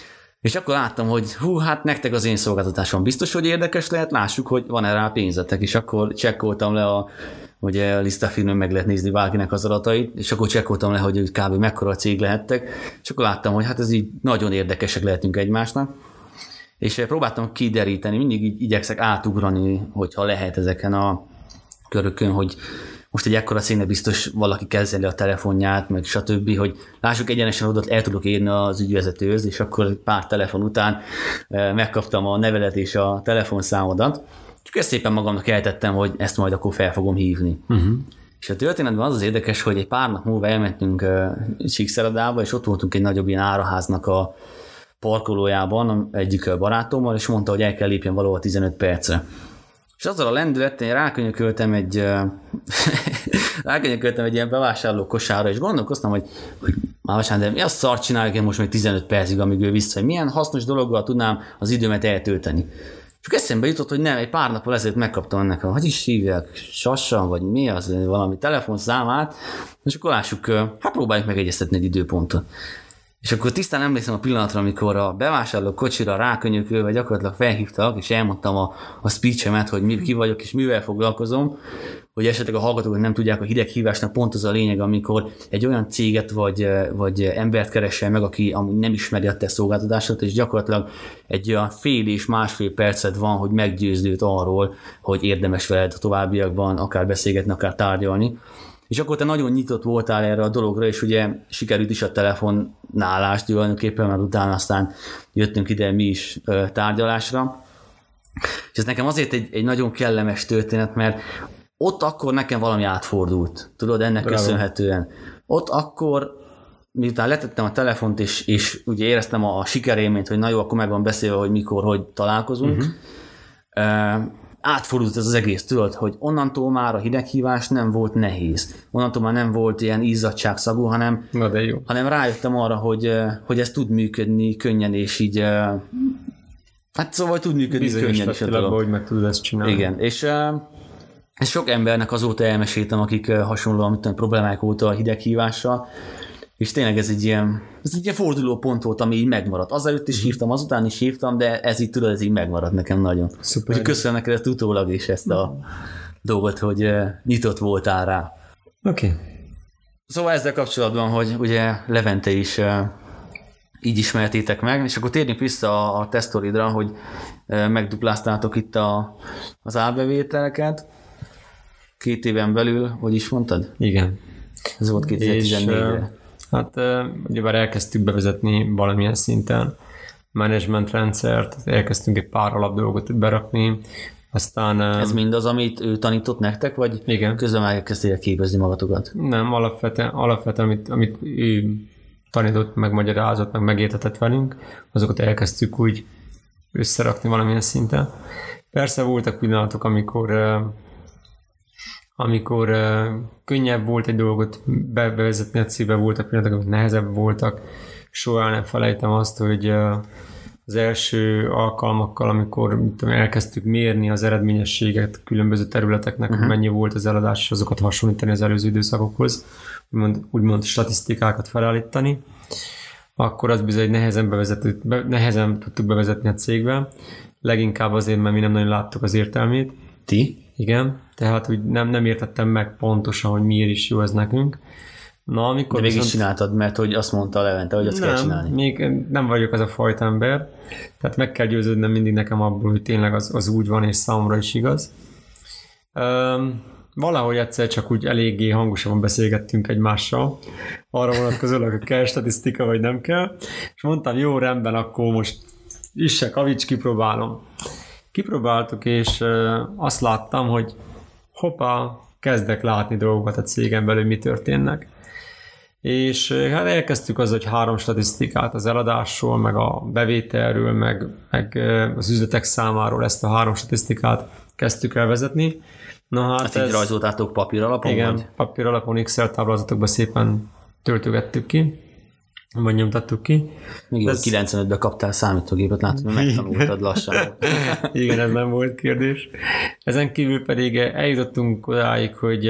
És akkor láttam, hogy hú, hát nektek az én szolgáltatásom biztos, hogy érdekes lehet, lássuk, hogy van-e rá pénzetek, és akkor csekkoltam le a ugye a listafilmön meg lehet nézni bárkinek az adatait, és akkor csekkoltam le, hogy kb. Mekkora a cég lehettek, és akkor láttam, hogy hát ez így nagyon érdekesek lehetünk egymásnak, és próbáltam kideríteni, mindig így igyekszek átugrani, hogyha lehet ezeken a körökön, hogy most egy ekkora cégnek biztos valaki kezeli a telefonját, meg stb., hogy lássuk egyenesen oda, el tudok érni az ügyvezetőhöz, és akkor pár telefon után megkaptam a nevelet és a telefonszámodat, csak ezt szépen magamnak eltettem, hogy ezt majd akkor fel fogom hívni. Uh-huh. És a történetben az az érdekes, hogy egy pár nap múlva elmentünk uh, Csíkszeredába, és ott voltunk egy nagyobb ilyen áraháznak a parkolójában egyik barátommal, és mondta, hogy el kell lépjen valahol tizenöt percre. És azzal a lendülettel én rákönyököltem egy, uh, rákönyököltem egy ilyen bevásárló kosárra, és gondolkoztam, hogy, hogy már vasárnap, de mi azt szart csináljuk én most még tizenöt percig, amíg ő vissza, hogy milyen hasznos dologgal tudnám az időmet eltölteni. Csak eszembe jutott, hogy nem, egy pár nappal ezelőtt megkaptam ennek a, hogy is hívják, Sassan, vagy mi az, valami telefonszámát, és akkor lássuk, hát próbáljuk megegyeztetni egy időpontot. És akkor tisztán emlékszem a pillanatra, amikor a bevásárló kocsira rákönyökölve gyakorlatilag felhívtak, és elmondtam a, a speechemet, hogy mi, ki vagyok és mivel foglalkozom, hogy esetleg a hallgatók nem tudják, a hideghívásnak pont az a lényeg, amikor egy olyan céget vagy, vagy embert keresel meg, aki nem ismeri a te szolgáltatásot, és gyakorlatilag egy olyan fél és másfél percet van, hogy meggyőzd őt arról, hogy érdemes veled a továbbiakban akár beszélgetni, akár tárgyalni. És akkor te nagyon nyitott voltál erre a dologra, és ugye sikerült is a telefonnálást tulajdonképpen, mert utána aztán jöttünk ide mi is tárgyalásra. És ez nekem azért egy, egy nagyon kellemes történet, mert ott akkor nekem valami átfordult, tudod, ennek Bravo. Köszönhetően. Ott akkor, miután letettem a telefont, és, és ugye éreztem a, a sikerélményt, hogy na jó, akkor meg van beszélve, hogy mikor, hogy találkozunk, uh-huh. uh, átfordult ez az egész, tudod, hogy onnantól már a hideghívás nem volt nehéz. Onnantól már nem volt ilyen izzadságszagú, hanem, na de jó. hanem rájöttem arra, hogy, hogy ez tud működni könnyen, és így Hát szóval tud működni könnyen is a dolog. hogy meg tudod ezt csinálni. Igen, és uh, ezt sok embernek azóta elmeséltem, akik uh, hasonlóan mit tudom, problémák óta a hideghívással, és tényleg ez egy ilyen, ez egy ilyen forduló pont volt, ami így megmaradt. Azelőtt is hívtam, azután is hívtam, de ez így tudod, ez így megmaradt nekem nagyon. Szuper. Úgyhogy köszönöm neked ezt utólag is ezt a dolgot, hogy uh, nyitott voltál rá. Oké. Okay. Szóval ezzel kapcsolatban, hogy ugye Levente is uh, így ismertétek meg, és akkor térjünk vissza a, a tesztoridra, hogy uh, megdupláztátok itt a, az árbevételeket két éven belül, hogy is mondtad? Igen. Ez volt kétezer-tizennégyre. Hát ugyebár elkezdtük bevezetni valamilyen szinten menedzsment rendszert, elkezdtünk egy pár alapdolgot berakni, aztán... Ez mindaz, amit ő tanított nektek, vagy igen. közben elkezdtél képezni magatokat? Nem, alapvetően, alapvetően amit, amit ő tanított, megmagyarázott, meg megértetett velünk, azokat elkezdtük úgy összerakni valamilyen szinten. Persze voltak pillanatok, amikor amikor uh, könnyebb volt egy dolgot bevezetni a cégbe, voltak pillanatok, amik nehezebb voltak. Soha nem felejtem azt, hogy uh, az első alkalmakkal, amikor tudom, elkezdtük mérni az eredményességet különböző területeknek, uh-huh. hogy mennyi volt az eladás, és azokat hasonlítani az előző időszakokhoz, úgymond, úgymond statisztikákat felállítani, akkor az bizony nehezen, bevezető, be, nehezen tudtuk bevezetni a cégbe, leginkább azért, mert mi nem nagyon láttuk az értelmét. Ti? Igen, tehát úgy nem, nem értettem meg pontosan, hogy miért is jó ez nekünk. Na, amikor de mégis viszont... csináltad, mert hogy azt mondta a Levente, hogy azt nem, kell csinálni. Még nem vagyok az a fajta ember, tehát meg kell győződnem mindig nekem abból, hogy tényleg az, az úgy van, és számomra is igaz. Um, valahogy egyszer csak úgy eléggé hangosan beszélgettünk egymással, arra vonatkozólag, hogy kell statisztika, vagy nem kell, és mondtam, jó, rendben, akkor most isse, kavics, kipróbálom. Kipróbáltuk, és azt láttam, hogy hoppá, kezdek látni dolgokat a cégen belül, mi történnek. És hát elkezdtük az, hogy három statisztikát az eladásról, meg a bevételről, meg, meg az üzletek számáról ezt a három statisztikát kezdtük el vezetni. Na hát hát ez... így rajzoltátok papír alapon? Igen, vagy? papír alapon Excel táblázatokba szépen töltögettük ki, vagy nyomtattuk ki. Még ez... kilencvenötben kaptál számítógépet, látod, mert megtanultad lassan. Igen, ez nem volt kérdés. Ezen kívül pedig eljutottunk odáig, hogy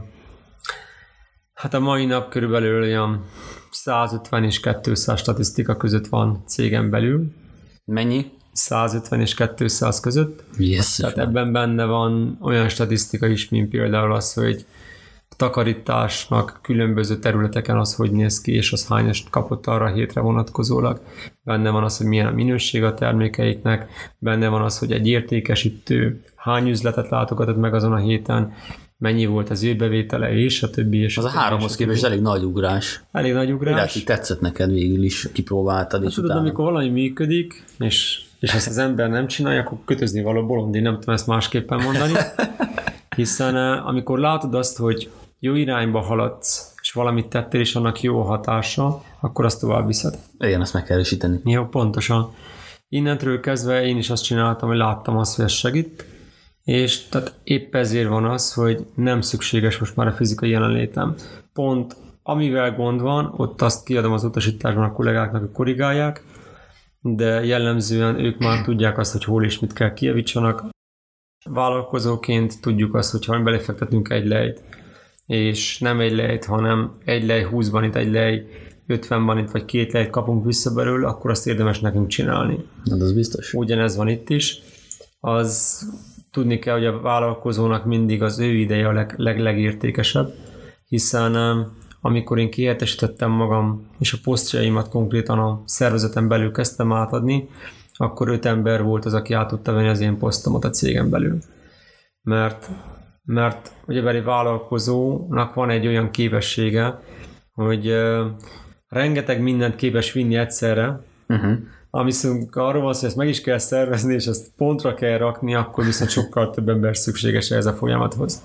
hát a mai nap körülbelül olyan százötven és kétszáz statisztika között van cégen belül. Mennyi? százötven és kétszáz között. Yes, Tehát ebben benne van olyan statisztika is, mint például az, hogy takarításnak különböző területeken az, hogy néz ki, és az hányast kapott arra a hétre vonatkozólag. Benne van az, hogy milyen a minőség a termékeiknek, benne van az, hogy egy értékesítő hány üzletet látogatott meg azon a héten, mennyi volt az ő bevétele, és a többi. És az a, a háromhoz képest elég nagy ugrás. Elég nagy ugrás. Illetve tetszett neked végül is, kipróbáltad, hát és tudod, utána. amikor valami működik, és, és ezt az ember nem csinálja, akkor kötözni való bolond, én nem tudom ezt másképpen mondani. Hiszen amikor látod azt, hogy jó irányba haladsz, és valamit tettél, és annak jó hatása, akkor azt tovább viszed. Igen, azt meg kell erősíteni. Jó, pontosan. Innentől kezdve én is azt csináltam, hogy láttam azt, hogy ez segít, és tehát épp ezért van az, hogy nem szükséges most már a fizikai jelenlétem. Pont amivel gond van, ott azt kiadom az utasításban a kollégáknak, hogy korrigálják, de jellemzően ők már tudják azt, hogy hol és mit kell kijavítsanak. Vállalkozóként tudjuk azt, hogy ha belefektetünk egy lejt, és nem egy lejt, hanem egy lej húszban itt, egy lej ötvenban itt, vagy két lejt kapunk vissza belőle, akkor azt érdemes nekünk csinálni. Hát az biztos. Ugyanez van itt is. Az tudni kell, hogy a vállalkozónak mindig az ő ideje a leg, leg, legértékesebb, hiszen amikor én kihelyettesítettem magam, és a posztjaimat konkrétan a szervezeten belül kezdtem átadni, akkor öt ember volt az, aki át tudta venni az én posztomat a cégen belül. Mert, mert ugye egy vállalkozónak van egy olyan képessége, hogy uh, rengeteg mindent képes vinni egyszerre, uh-huh. ami viszont arról van, hogy ezt meg is kell szervezni, és ezt pontra kell rakni, akkor viszont sokkal több ember szükséges ez a folyamathoz.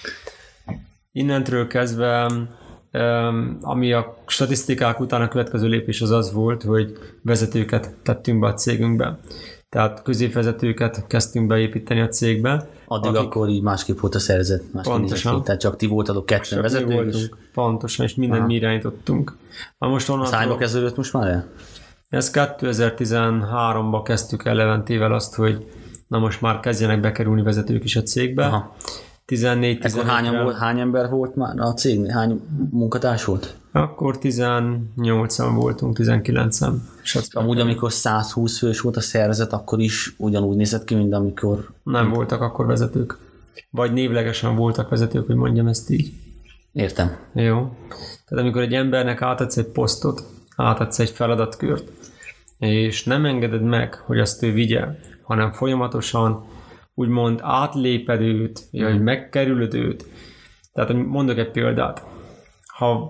Innentől kezdve, um, ami a statisztikák után a következő lépés az az volt, hogy vezetőket tettünk be a cégünkbe. Tehát középvezetőket kezdtünk beépíteni a cégbe. Addig akik... akkor így másképp volt a szervezet. Pontosan. Tehát csak ti voltatok ketten vezetők. Pontosan, és mindent mi irányítottunk. Na most onnan Szányba kezdődött most már el? Ez kétezer-tizenháromban kezdtük el Leventével azt, hogy na most már kezdjenek bekerülni vezetők is a cégbe. Aha. tizennégy tizenöt volt, hány ember volt már a cégnél? Hány munkatárs volt? Akkor tizennyolcan voltunk, tizenkilencen. Amúgy, amikor száz húsz fős volt a szervezet, akkor is ugyanúgy nézett ki, mint amikor... Nem voltak akkor vezetők. Vagy névlegesen voltak vezetők, hogy mondjam ezt így. Értem. Jó. Tehát amikor egy embernek átadsz egy posztot, átadsz egy feladatkört, és nem engeded meg, hogy azt ő vigye, hanem folyamatosan úgymond átléped őt, mm. vagy megkerülöd őt. Tehát mondok egy példát. Ha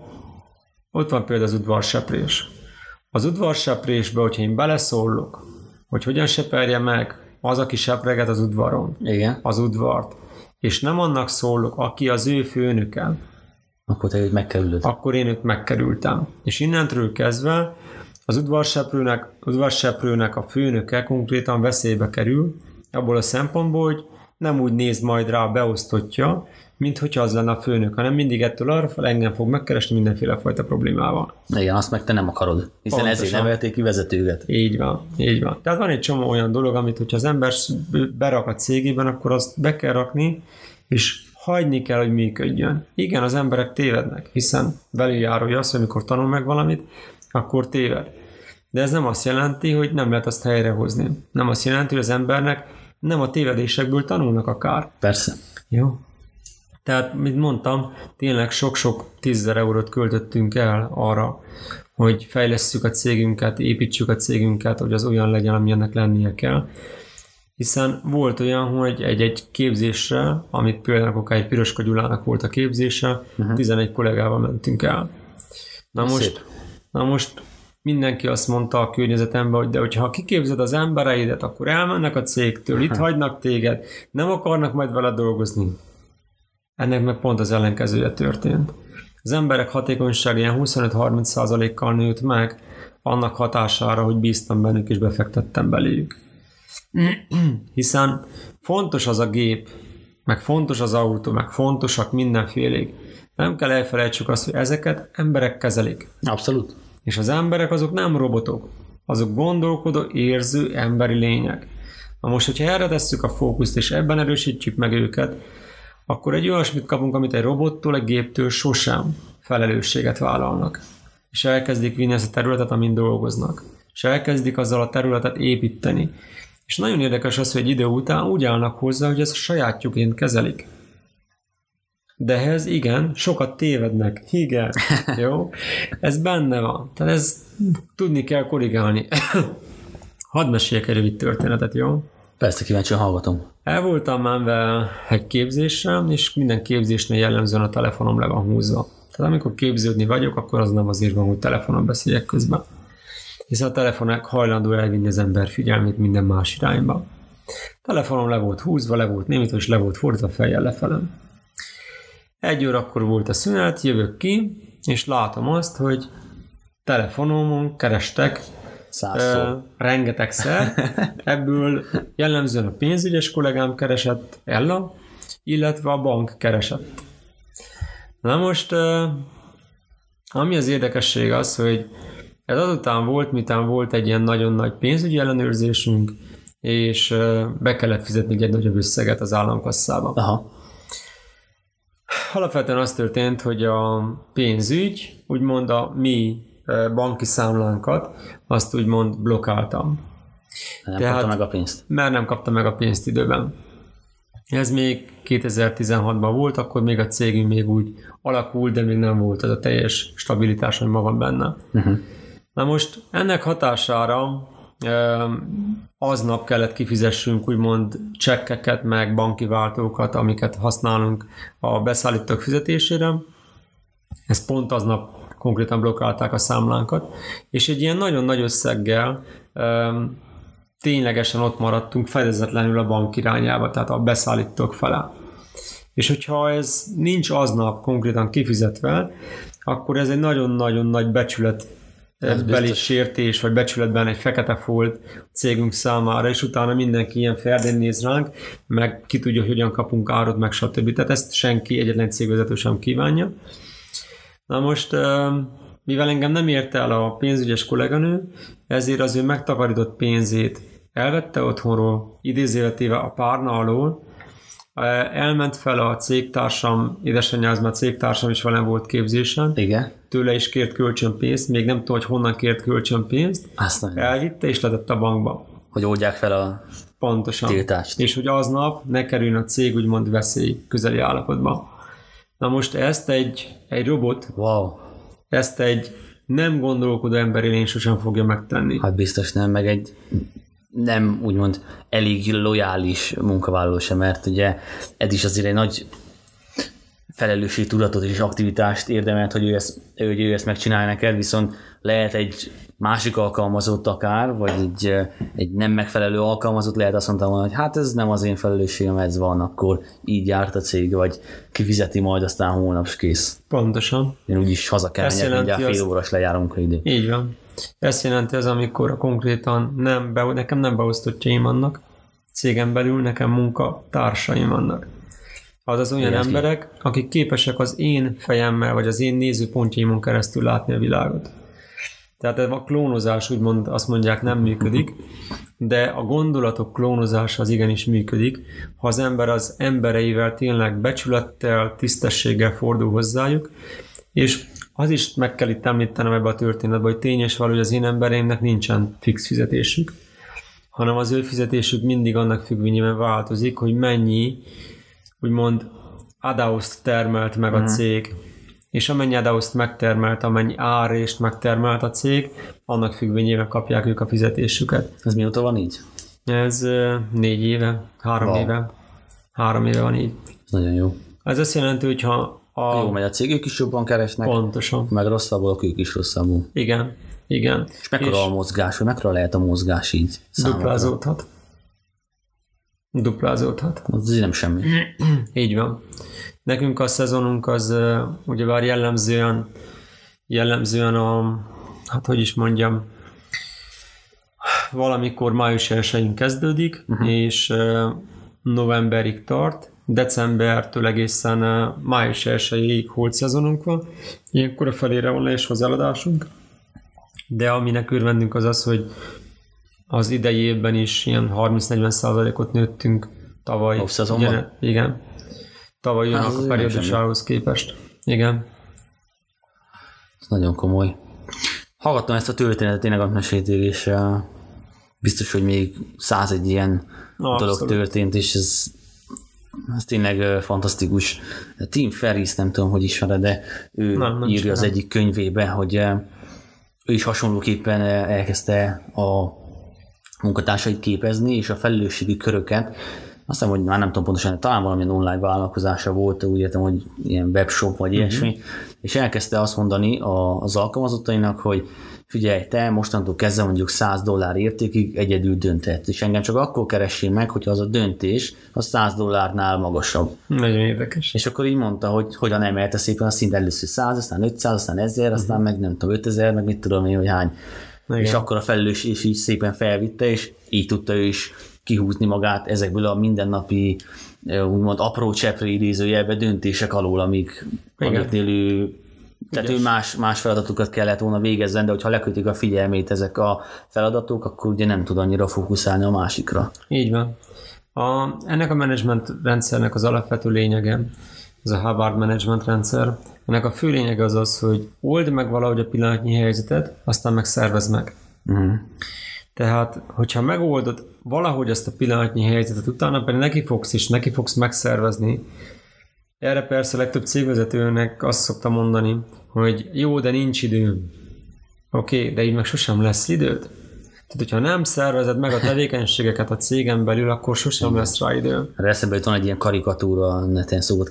ott van például az udvarseprés. Az udvarseprésbe, hogyha én beleszólok, hogy hogyan seperje meg az, aki sepreget az udvaron, igen. az udvart, és nem annak szólok, aki az ő főnöke, akkor te őt megkerülöd. Akkor én őt megkerültem. És innentől kezdve az udvarseprőnek, udvarseprőnek a főnöke konkrétan veszélybe kerül, abból a szempontból, hogy nem úgy néz majd rá, beosztottja, mint hogyha az lenne a főnök, hanem mindig ettől arra fel engem fog megkeresni mindenféle fajta problémával. Igen, azt meg te nem akarod, hiszen pontosan. Ezért nevelték ki vezetőket. Így van, így van. Tehát van egy csomó olyan dolog, amit hogyha az ember berak a cégében, akkor azt be kell rakni, és hagyni kell, hogy működjön. Igen, az emberek tévednek, hiszen velőjárója az, hogy amikor tanul meg valamit, akkor téved. De ez nem azt jelenti, hogy nem lehet azt helyrehozni. Nem azt jelenti, hogy az embernek nem a tévedésekből tanulnak akár. Persze. Jó. Tehát, mint mondtam, tényleg sok-sok tízezer eurót költöttünk el arra, hogy fejlesszük a cégünket, építsük a cégünket, hogy az olyan legyen, amilyennek lennie kell. Hiszen volt olyan, hogy egy-egy képzésre, amit például akár egy Piroska Gyulának volt a képzése, uh-huh. tizenegy kollégával mentünk el. Na most, na most mindenki azt mondta a környezetemben, hogy de hogyha kiképzed az embereidet, akkor elmennek a cégtől, itt hagynak téged, nem akarnak majd vele dolgozni. Ennek meg pont az ellenkezője történt. Az emberek hatékonysága ilyen huszonöt-harminc százalékkal nőtt meg annak hatására, hogy bíztam bennük és befektettem beléjük. Hiszen fontos az a gép, meg fontos az autó, meg fontosak mindenfélék. Nem kell elfelejtsük azt, hogy ezeket emberek kezelik. Abszolút. És az emberek azok nem robotok, azok gondolkodó, érző, emberi lények. Na most, hogyha erre tesszük a fókuszt, és ebben erősítjük meg őket, akkor egy olyasmit kapunk, amit egy robottól, egy géptől sosem felelősséget vállalnak. És elkezdik vinni ezt a területet, amin dolgoznak. És elkezdik azzal a területet építeni. És nagyon érdekes az, hogy egy idő után úgy állnak hozzá, hogy ezt a sajátjuként kezelik. De ehhez igen, sokat tévednek. Igen, jó? Ez benne van. Tehát ez tudni kell korrigálni. Hadd meséljek egy rövid történetet, jó? Persze, kíváncsian hallgatom. El voltam menve egy képzésre, és minden képzésnél jellemzően a telefonom le van húzva. Tehát amikor képződni vagyok, akkor az nem azért van, hogy telefonon beszéljek közben. Hiszen a telefonok hajlandó elvinni az ember figyelmét minden más irányba. A telefonom le volt húzva, le volt némítva, és le volt fordítva fejjel lefelem. Egy órakor volt a szünet, jövök ki, és látom azt, hogy telefonomon kerestek uh, rengetegszer. Ebből jellemzően a pénzügyes kollégám keresett, Ella, illetve a bank keresett. Na most, uh, ami az érdekesség az, hogy ez azután volt, miután volt egy ilyen nagyon nagy pénzügyi ellenőrzésünk, és uh, be kellett fizetni egy nagyobb összeget az államkasszába. Aha. Alapvetően az történt, hogy a pénzügy, úgymond a mi banki számlánkat, azt úgymond blokkáltam. Nem Tehát, kapta meg a pénzt. Mert nem kapta meg a pénzt időben. Ez még kétezer-tizenhatban volt, akkor még a cégünk még úgy alakult, de még nem volt az a teljes stabilitás, hogy magam benne. Uh-huh. Na most ennek hatására aznap kellett kifizessünk úgymond csekkeket, meg banki váltókat, amiket használunk a beszállítók fizetésére. Ez pont aznap konkrétan blokkálták a számlánkat, és egy ilyen nagyon nagy összeggel um, ténylegesen ott maradtunk fedezetlenül a bank irányába, tehát a beszállítók fele. És hogyha ez nincs aznap konkrétan kifizetve, akkor ez egy nagyon-nagyon nagy becsület beli sértés, vagy becsületben egy fekete folt cégünk számára, és utána mindenki ilyen ferdén néz ránk, meg ki tudja, hogyan kapunk árut, meg stb. Tehát ezt senki, egyetlen cégvezető sem kívánja. Na most mivel engem nem érte el a pénzügyes kolléganő, ezért az ő megtakarított pénzét elvette otthonról, idézőletéve a párna alól, elment fel a cégtársam, édesanyjához, mert cégtársam is velem volt képzésen. Igen. Tőle is kért kölcsönpénzt, még nem tudom, hogy honnan kért kölcsönpénzt. Aztán elvitte és letette a bankba. hogy oldják fel a Pontosan. tiltást. És hogy aznap ne kerüljön a cég úgymond veszély közeli állapotba. Na most ezt egy, egy robot, Wow. ezt egy nem gondolkodó emberi lény sosem fogja megtenni. Hát biztos nem, meg egy nem úgymond elég lojális munkavállaló sem, mert ugye ez is azért egy nagy felelősségtudatot és aktivitást érdemelt, hogy ő ezt, hogy ő ezt megcsinálja neked, viszont lehet egy másik alkalmazott akár, vagy egy, egy nem megfelelő alkalmazott, lehet azt mondtam volna, hogy hát ez nem az én felelősségem, ez van, akkor így járt a cég, vagy kifizeti majd, aztán holnap is kész. Pontosan. Én úgyis haza kell menjek, mindjárt fél azt... órás lejár a munkaidő. Így van. Ezt jelenti az, amikor konkrétan nem be, nekem nem beosztottjaim vannak, cégen belül nekem munkatársaim vannak. Azaz olyan Igen, emberek, akik képesek az én fejemmel, vagy az én nézőpontjaimon keresztül látni a világot. Tehát a klónozás úgymond azt mondják nem működik, de a gondolatok klónozása az igenis működik, ha az ember az embereivel tényleg becsülettel, tisztességgel fordul hozzájuk, és az is meg kell itt említenem ebbe a történetben, hogy tényes való, hogy az én embereimnek nincsen fix fizetésük, hanem az ő fizetésük mindig annak függvényében változik, hogy mennyi úgymond adauszt termelt meg a cég, és amennyi adauszt megtermelt, amennyi árést megtermelt a cég, annak függvényében kapják ők a fizetésüket. Ez mióta van így? Ez uh, négy éve, három Wow. éve, három éve van így. Ez nagyon jó. Ez azt jelenti, hogy ha a... Jó megy a cég, ők is jobban keresnek, Pontosan. meg rosszabbul, ők is rosszabbul. Igen, igen. És mekkora a mozgás, vagy mekkora lehet a mozgás így számokra? Duplázódhat. Duplázódhat. Az azért nem semmi. Így van. Nekünk a szezonunk az uh, ugyebár jellemzően jellemzően a, hát hogy is mondjam, valamikor május elsején kezdődik, uh-huh. és uh, novemberig tart, decembertől egészen uh, május elsejéig holt szezonunk van, ilyenkor a felére van le és az eladásunk, de aminek örvendünk az az, hogy az idei évben is ilyen harminc-negyven százalékot nőttünk tavaly. Off-szezonban? Ugye, igen. Tavaly jön Hát, a periódusához képest. Igen. Ez nagyon komoly. Hallgattam ezt a történetet, tényleg a meséltél, és uh, biztos, hogy még százegy ilyen Abszolút. dolog történt, és ez, ez tényleg uh, fantasztikus. Tim Ferriss, nem tudom, hogy ismered, de ő nem, nem írja az sem. egyik könyvében, hogy uh, ő is hasonlóképpen uh, elkezdte a munkatársait képezni, és a felelősségi köröket, azt hiszem, hogy már nem tudom pontosan, talán valamilyen online vállalkozása volt, úgy értem, hogy ilyen webshop vagy uh-huh. ilyesmi, és elkezdte azt mondani a, az alkalmazottainak, hogy figyelj, te mostantól kezdve mondjuk száz dollár értékig egyedül dönthet, és engem csak akkor keressél meg, hogyha az a döntés a száz dollárnál magasabb. Nagyon érdekes. És akkor így mondta, hogy hogyan emelte szépen a szint, először száz, aztán ötszáz, aztán ezer, aztán uh-huh. meg nem tudom, ötezer, meg mit tudom én, hogy hány. Igen. És akkor a felelős is így szépen felvitte, és így tudta ő is kihúzni magát ezekből a mindennapi, úgymond apró cseprő idézőjelbe döntések alól, amik, amiknél ő, tehát ő más, más feladatokat kellett volna végezzen, de hogyha lekötik a figyelmét ezek a feladatok, akkor ugye nem tud annyira fókuszálni a másikra. Így van. A, ennek a menedzsment rendszernek az alapvető lényege, ez a Hubbard menedzsment rendszer, ennek a fő lényege az az, hogy old meg valahogy a pillanatnyi helyzetet, aztán meg szervezd meg. Uh-huh. Tehát, hogyha megoldod valahogy ezt a pillanatnyi helyzetet, utána pedig neki fogsz is, neki fogsz megszervezni. Erre persze a legtöbb cégvezetőnek azt szokta mondani, hogy jó, de nincs időm. Oké, okay, de így meg sosem lesz időd. Tehát, hogyha nem szervezed meg a tevékenységeket a cégen belül, akkor sosem lesz rá idő. Erre eszembe jut, van egy ilyen karikatúra, a neten szokott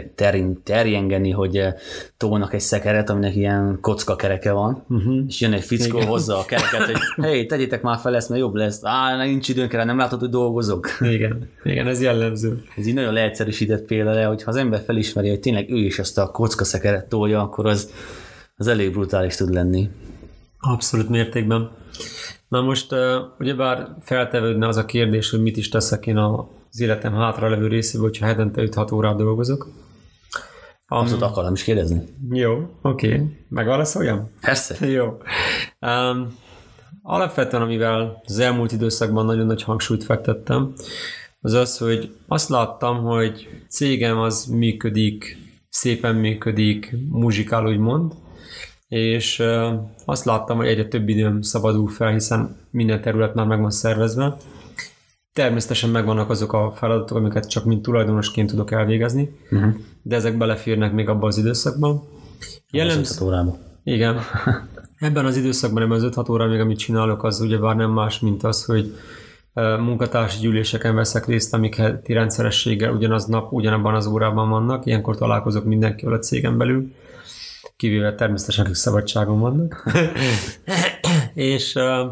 terjengeni, hogy tolnak egy szekeret, aminek ilyen kocka kereke van, uh-huh. és jön egy fickó, igen. hozza a kereket, hogy hé, tegyétek már fel ezt, mert jobb lesz. Á, nincs időnk erre, nem látod, hogy dolgozok. Igen, igen, ez jellemző. Ez így nagyon leegyszerűsített példa, hogy ha az ember felismeri, hogy tényleg ő is ezt a kocka szekeret tolja, akkor az, az elég brutális tud lenni. Abszolút mértékben. Na most uh, ugyebár feltevődne az a kérdés, hogy mit is teszek én az életem hátralevő részében, hogyha hetente öt-hat órát dolgozok. Abszolút akarom is kérdezni. Jó, oké. Okay. Megválaszoljam? Persze. Jó. Um, alapvetően, amivel az elmúlt időszakban nagyon nagy hangsúlyt fektettem, az az, hogy azt láttam, hogy cégem az működik, szépen működik, muzsikál úgymond, és uh, azt láttam, hogy egyre több időm szabadul fel, hiszen minden terület már meg van szervezve. Természetesen megvannak azok a feladatok, amiket csak mint tulajdonosként tudok elvégezni, uh-huh. de ezek beleférnek még abban az időszakban. Jellemz... az öt órában. Igen. Ebben az időszakban, ebben az öt-hat órában még amit csinálok, az ugyebár nem más, mint az, hogy munkatársi gyűléseken veszek részt, amik heti rendszerességgel ugyanaz nap, ugyanabban az órában vannak. Ilyenkor találkozok mindenkivel a cégen belül, kivéve természetesen, akik szabadságon vannak. És uh,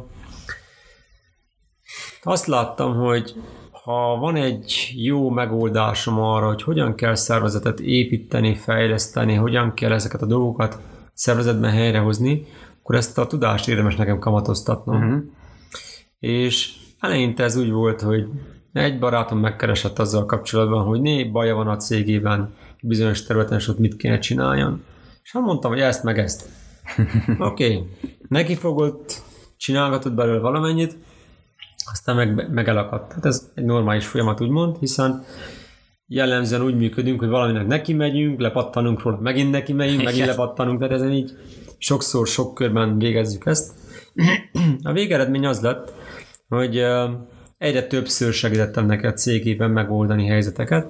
azt láttam, hogy ha van egy jó megoldásom arra, hogy hogyan kell szervezetet építeni, fejleszteni, hogyan kell ezeket a dolgokat szervezetben helyrehozni, akkor ezt a tudást érdemes nekem kamatoztatnom. Uh-huh. És eleinte ez úgy volt, hogy egy barátom megkeresett azzal kapcsolatban, hogy né, baja van a cégében, bizonyos területen, és ott mit kéne csináljon. És hát mondtam, hogy ezt meg ezt. Oké, okay. Neki fogott, csinálgatott belőle valamennyit, aztán meg, meg elakadt. Hát ez egy normális folyamat úgymond, hiszen jellemzően úgy működünk, hogy valaminek neki megyünk, lepattanunk róla, megint neki megyünk, megint lepattanunk, tehát ezen így sokszor, sok körben végezzük ezt. A végeredmény az lett, hogy egyre többször segítettem neki a cégében megoldani helyzeteket,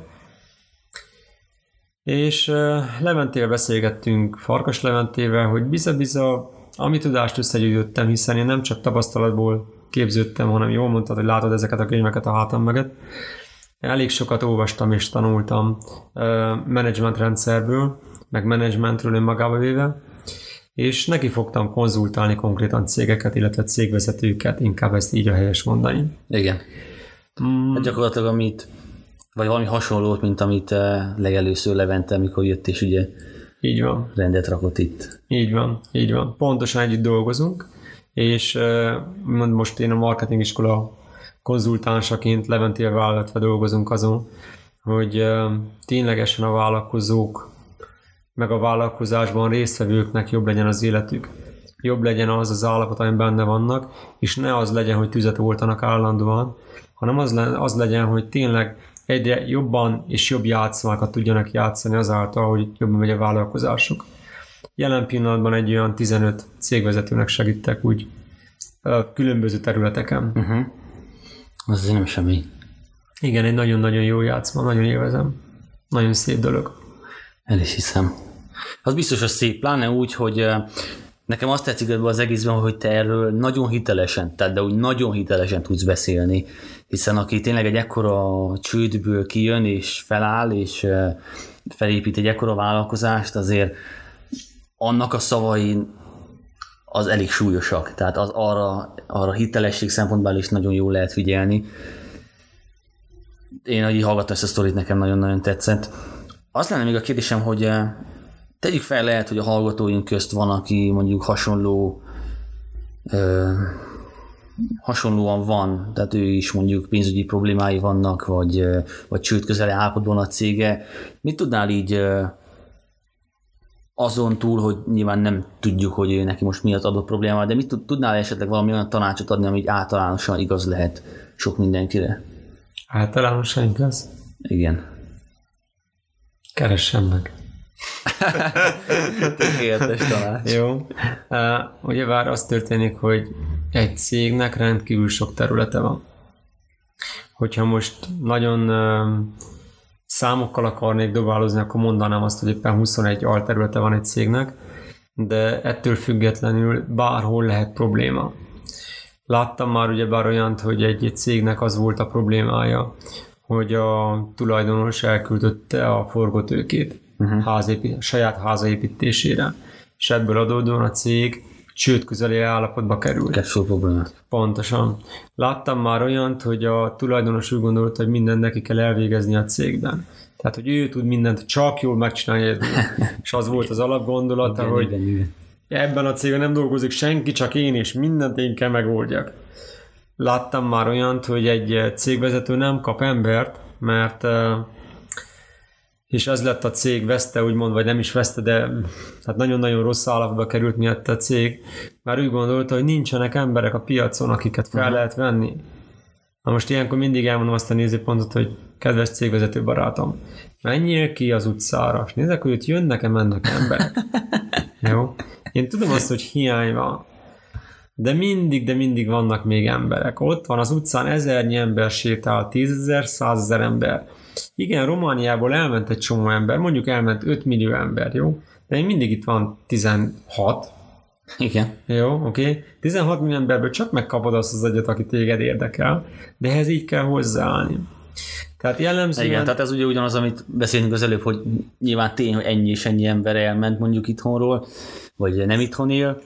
és Leventével beszélgettünk, Farkas Leventével, hogy biza-biza, ami tudást összegyűjtöttem, hiszen én nem csak tapasztalatból képződtem, hanem jól mondtad, hogy látod ezeket a könyveket a hátam mögött. Elég sokat olvastam és tanultam menedzsmentrendszerből, meg menedzsmentről önmagába véve, és neki fogtam konzultálni konkrétan cégeket, illetve cégvezetőket, inkább ezt így a helyes mondani. Igen. Mm. Hát gyakorlatilag amit, vagy valami hasonlót, mint amit legelőször Levente, amikor jött, és ugye így van. Rendet rakott itt. Így van, így van. Pontosan együtt dolgozunk, és most én a marketing iskola konzultánsaként Leventével vállalva dolgozunk azon, hogy ténylegesen a vállalkozók meg a vállalkozásban résztvevőknek jobb legyen az életük. Jobb legyen az az állapot, amin benne vannak, és ne az legyen, hogy tüzet oltanak állandóan, hanem az, le, az legyen, hogy tényleg egyre jobban és jobb játszmákat tudjanak játszani azáltal, hogy jobban megy a vállalkozásuk. Jelen pillanatban egy olyan tizenöt cégvezetőnek segítek úgy különböző területeken. Uh-huh. Az azért nem semmi. Igen, egy nagyon-nagyon jó játszma, nagyon élvezem. Nagyon szép dolog. El is hiszem. Az biztos, hogy szép, pláne úgy, hogy nekem azt tetszik ebben az egészben, hogy te erről nagyon hitelesen, tehát de úgy nagyon hitelesen tudsz beszélni, hiszen aki tényleg egy ekkora csődből kijön és feláll, és felépít egy ekkora vállalkozást, azért annak a szavai az elég súlyosak, tehát az arra, arra hitelesség szempontból is nagyon jól lehet figyelni. Én, ahogy hallgattam ezt a sztorit, nekem nagyon-nagyon tetszett. Az lenne még a kérdésem, hogy tegyük fel, lehet, hogy a hallgatóink közt van, aki mondjuk hasonló ö, hasonlóan van, tehát ő is mondjuk pénzügyi problémái vannak, vagy, vagy csőd közeli állapotban a cége. Mit tudnál így azon túl, hogy nyilván nem tudjuk, hogy ő neki most miatt adott probléma, de mit tudnál esetleg valami olyan tanácsot adni, ami általánosan igaz lehet sok mindenkire? Általánosan igaz? Igen. Keressen meg. Tökéletes tanács. Jó. Uh, ugyebár az történik, hogy egy cégnek rendkívül sok területe van. Hogyha most nagyon uh, számokkal akarnék dobálozni, akkor mondanám azt, hogy éppen huszonegy alterülete van egy cégnek, de ettől függetlenül bárhol lehet probléma. Láttam már ugyebár olyant, hogy egy cégnek az volt a problémája, hogy a tulajdonos elküldötte a forgótőkét uh-huh. házépít, saját házaépítésére, és ebből adódóan a cég csőd közeli állapotba került. Kettő probléma. Pontosan. Láttam már olyant, hogy a tulajdonos úgy gondolta, hogy mindent neki kell elvégezni a cégben. Tehát, hogy ő tud mindent csak jól megcsinálni, és az volt az alapgondolata, igen, hogy igen, igen. ebben a cégben nem dolgozik senki, csak én, és mindent én kell megoldjak. Láttam már olyant, hogy egy cégvezető nem kap embert, mert uh, és az lett a cég veszte, úgymond, vagy nem is veszte, de hát nagyon-nagyon rossz állapotba került miatt a cég, már úgy gondolta, hogy nincsenek emberek a piacon, akiket fel uh-huh. lehet venni. Na most ilyenkor mindig elmondom azt a nézőpontot, hogy kedves cégvezető barátom, menjél ki az utcára, és nézzek, hogy ott jönnek-e, mennek emberek. Jó? Én tudom azt, hogy hiány van, de mindig, de mindig vannak még emberek. Ott van az utcán ezernyi ember sétál, tízezer, százezer ember. Igen, Romániából elment egy csomó ember, mondjuk elment öt millió ember, jó? De még mindig itt van tizenhat. Igen. Jó, oké. Okay. tizenhat millió emberből csak megkapod azt az egyet, aki téged érdekel, de ehhez így kell hozzáállni. Tehát jellemzően... Igen, tehát ez ugye ugyanaz, amit beszéltünk az előbb, hogy nyilván tény, hogy ennyi és ennyi ember elment mondjuk itthonról, vagy nem itthon él,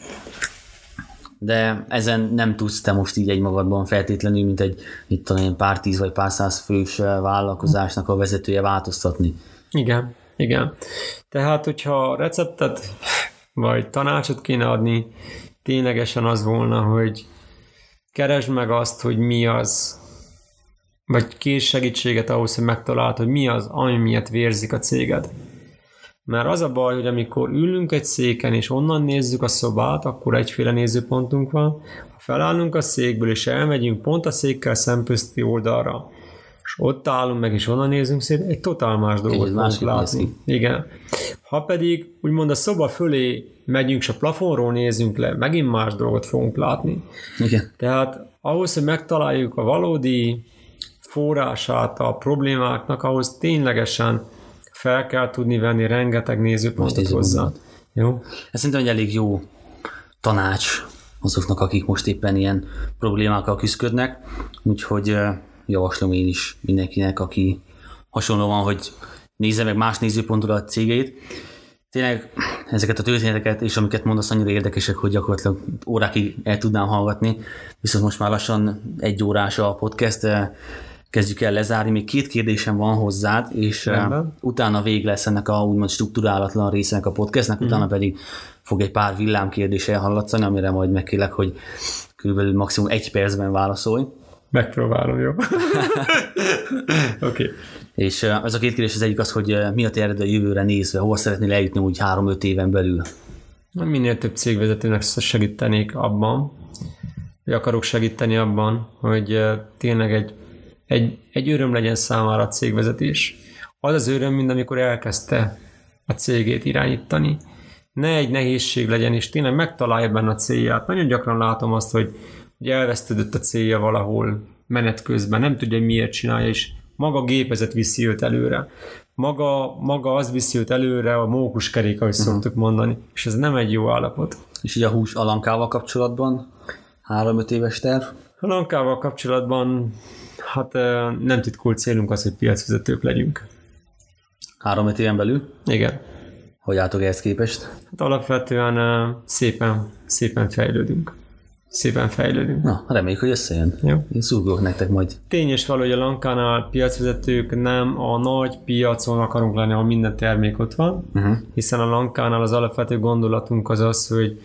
de ezen nem tudsz te most így egymagadban feltétlenül, mint egy itt talán pár tíz vagy pár száz fős vállalkozásnak a vezetője változtatni. Igen, igen. Tehát, hogyha receptet vagy tanácsot kéne adni, ténylegesen az volna, hogy keresd meg azt, hogy mi az, vagy kér segítséget ahhoz, hogy megtaláld, hogy mi az, ami miatt vérzik a céged. Mert az a baj, hogy amikor ülünk egy széken, és onnan nézzük a szobát, akkor egyféle nézőpontunk van. Ha felállunk a székből, és elmegyünk pont a székkel szemközti oldalra, és ott állunk meg, és onnan nézünk szét, egy totál más dolgot fogunk látni. Igen. Ha pedig úgymond a szoba fölé megyünk, és a plafonról nézünk le, megint más dolgot fogunk látni. Igen. Tehát ahhoz, hogy megtaláljuk a valódi forrását a problémáknak, ahhoz ténylegesen fel kell tudni venni rengeteg nézőpontot hozzá. Jó? Ez szerintem egy elég jó tanács azoknak, akik most éppen ilyen problémákkal küzdködnek, úgyhogy javaslom én is mindenkinek, aki hasonló van, hogy nézze meg más nézőpontról a cégeit. Tényleg ezeket a történeteket, és amiket mondasz, annyira érdekesek, hogy gyakorlatilag órákig el tudnám hallgatni, viszont most már lassan egy órás a podcast, kezdjük el lezárni. Még két kérdésem van hozzád, és Rendben. utána vég lesz ennek a úgymond strukturálatlan részének a podcastnek, mm. utána pedig fog egy pár villámkérdés elhallatszani, amire majd megkérlek, hogy körülbelül maximum egy percben válaszolj. Megpróbálom, jó? Oké. Okay. És ez a két kérdés az egyik az, hogy mi a terved a jövőre nézve, hova szeretnél eljutni úgy három-öt éven belül? Minél több cégvezetőnek segítenék abban, hogy akarok segíteni abban, hogy tényleg egy Egy, egy öröm legyen számára a cégvezetés. Az az öröm, mint amikor elkezdte a cégét irányítani. Ne egy nehézség legyen, és tényleg megtalálja benne a célját. Nagyon gyakran látom azt, hogy, hogy elvesztődött a célja valahol menet közben, nem tudja, hogy miért csinálja, és maga a gépezet viszi őt előre. Maga, maga az viszi őt előre, a mókuskerék, ahogy uh-huh. szoktuk mondani, és ez nem egy jó állapot. És így a hús alankával kapcsolatban? Három-öt éves terv? Alankával kapcsolatban hát nem titkolt célunk az, hogy piacvezetők legyünk. Három-öt éven belül? Igen. Hogy álltok ehhez képest? Hát alapvetően szépen, szépen fejlődünk. Szépen fejlődünk. Na, reméljük, hogy összejön. Jó. Én szurkolok nektek majd. Tény és való, hogy a Lankánál piacvezetők nem a nagy piacon akarunk lenni, ahol minden termék ott van, uh-huh. hiszen a Lankánál az alapvető gondolatunk az az, hogy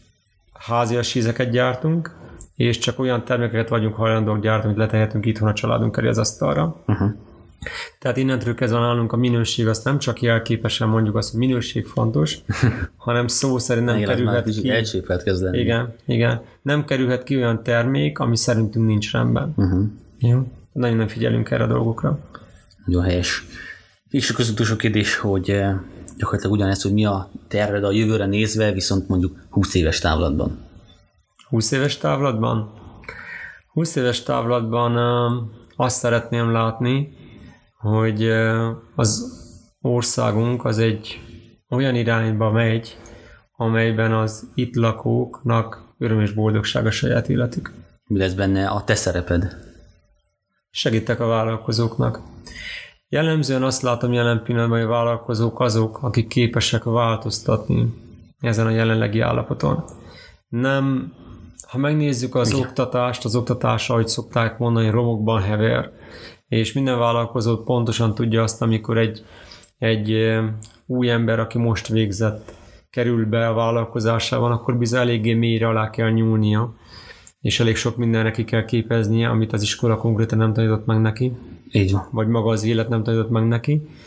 házias ízeket gyártunk, és csak olyan termékeket vagyunk hajlandók gyártani, hogy letehetünk itthon a családunk elé az asztalra. Uh-huh. Tehát innentől kezdve nálunk a minőség, azt nem csak jelképesen mondjuk azt, hogy minőség fontos, hanem szó szerint nem kerülhet ki. Igen, igen. Nem kerülhet ki olyan termék, ami szerintünk nincs rendben. Uh-huh. Jó? Nagyon nem figyelünk erre a dolgokra. Nagyon helyes. És a közutolsó kérdés, hogy gyakorlatilag ugyanezt, hogy mi a terved a jövőre nézve, viszont mondjuk húsz éves távlatban. húsz éves távlatban? húsz éves távlatban uh, azt szeretném látni, hogy uh, az országunk az egy olyan irányba megy, amelyben az itt lakóknak öröm és boldogság a saját életük. Mi lesz benne a te szereped? Segítek a vállalkozóknak. Jellemzően azt látom jelen pillanatban, hogy a vállalkozók azok, akik képesek változtatni ezen a jelenlegi állapoton. Nem, ha megnézzük az Igen. oktatást, az oktatás, ahogy szokták mondani, romokban hever, és minden vállalkozó pontosan tudja azt, amikor egy, egy új ember, aki most végzett, kerül be a vállalkozásában, akkor bizony eléggé mélyre alá kell nyúlnia, és elég sok mindenre ki kell képeznie, amit az iskola konkrétan nem tanított meg neki. Így van. Vagy maga az élet nem tanított meg neki.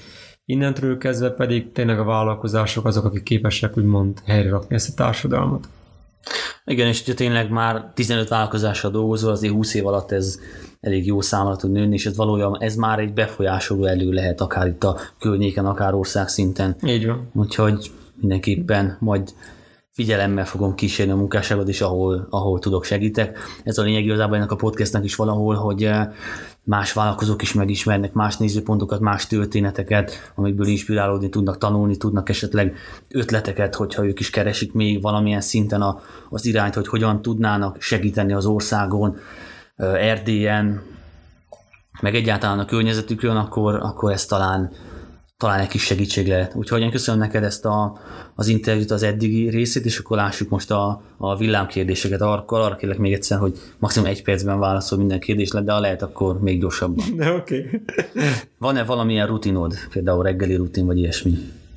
Innentől kezdve pedig tényleg a vállalkozások azok, akik képesek úgymond helyre rakni ezt a társadalmat. Igen, és hogyha tényleg már tizenöt vállalkozással dolgozol, azért húsz év alatt ez elég jó számra tud nőni, és ez valójában ez már egy befolyásoló elő lehet, akár itt a környéken, akár országszinten. Így van. Úgyhogy mindenképpen majd figyelemmel fogom kísérni a munkásságot is, ahol, ahol tudok, segítek. Ez a lényeg igazából ennek a podcastnak is valahol, hogy más vállalkozók is megismernek más nézőpontokat, más történeteket, amikből inspirálódni tudnak, tanulni tudnak esetleg ötleteket, hogyha ők is keresik még valamilyen szinten a, az irányt, hogy hogyan tudnának segíteni az országon, Erdélyen, meg egyáltalán a környezetükön, akkor, akkor ez talán talán egy kis segítség lehet. Úgyhogy én köszönöm neked ezt a, az interjút, az eddigi részét, és akkor lássuk most a, a villámkérdéseket. Akkor arra kérlek még egyszer, hogy maximum egy percben válaszol minden kérdéslet, de ha lehet, akkor még gyorsabban. De oké. Okay. Van-e valamilyen rutinod? Például reggeli rutin, vagy ilyesmi?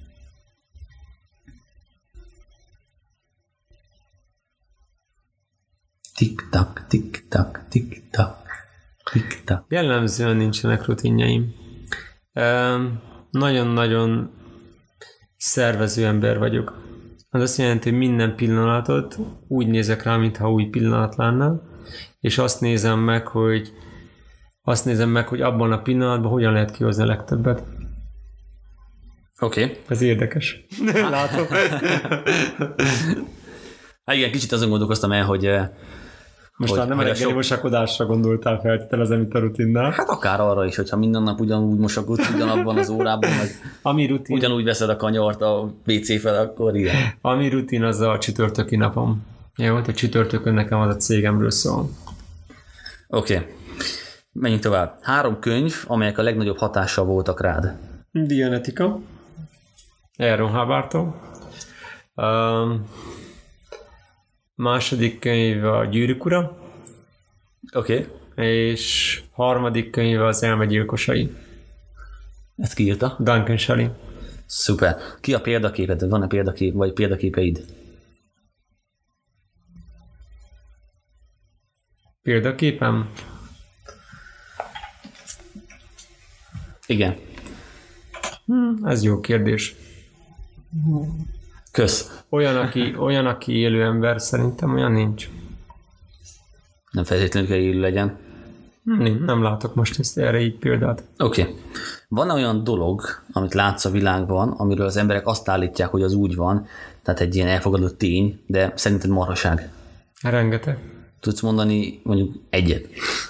Tik-tak, tik-tak, tik-tak, tik-tak. Jellemzően nincsenek rutinjaim. Um, Nagyon-nagyon szervező ember vagyok. Az azt jelenti, hogy minden pillanatot úgy nézek rá, mintha új pillanat lenne, és azt nézem meg, hogy azt nézem meg, hogy abban a pillanatban hogyan lehet kihozni a legtöbbet. Oké. Okay. Ez érdekes. Látom. Hát igen, kicsit azon gondolkoztam el, hogy most hogy, már nem a reggeli sok... mosakodásra gondoltál feltételezem itt a rutinnál. Hát akár arra is, hogyha minden nap ugyanúgy mosakodsz, ugyanabban az órában, meg ami rutin... ugyanúgy veszed a kanyart a vé cé fel, akkor ilyen. Ami rutin, az a csütörtöki napom. Jó, hogy a csütörtökön nekem az a cégemről szól. Oké. Okay. Menjünk tovább. Három könyv, amelyek a legnagyobb hatással voltak rád. Dianetika. Aaron Hubbardtól. Um, második könyv a Gyűrűk ura. Oké. Okay. És harmadik könyv az Elmegyilkosai. Ezt ki írta? Duncan Shelley. Szuper. Ki a példaképed? Van-e példakép, vagy példaképeid? Példaképem? Igen. Hmm, ez jó kérdés. Kösz. Olyan, aki, olyan, aki élő ember, szerintem olyan nincs. Nem feltétlenül kell élő legyen. Nem, nem látok most ezt erre így példát. Oké. Okay. Van olyan dolog, amit látsz a világban, amiről az emberek azt állítják, hogy az úgy van, tehát egy ilyen elfogadott tény, de szerinted marhaság? Rengeteg. Tudsz mondani mondjuk egyet?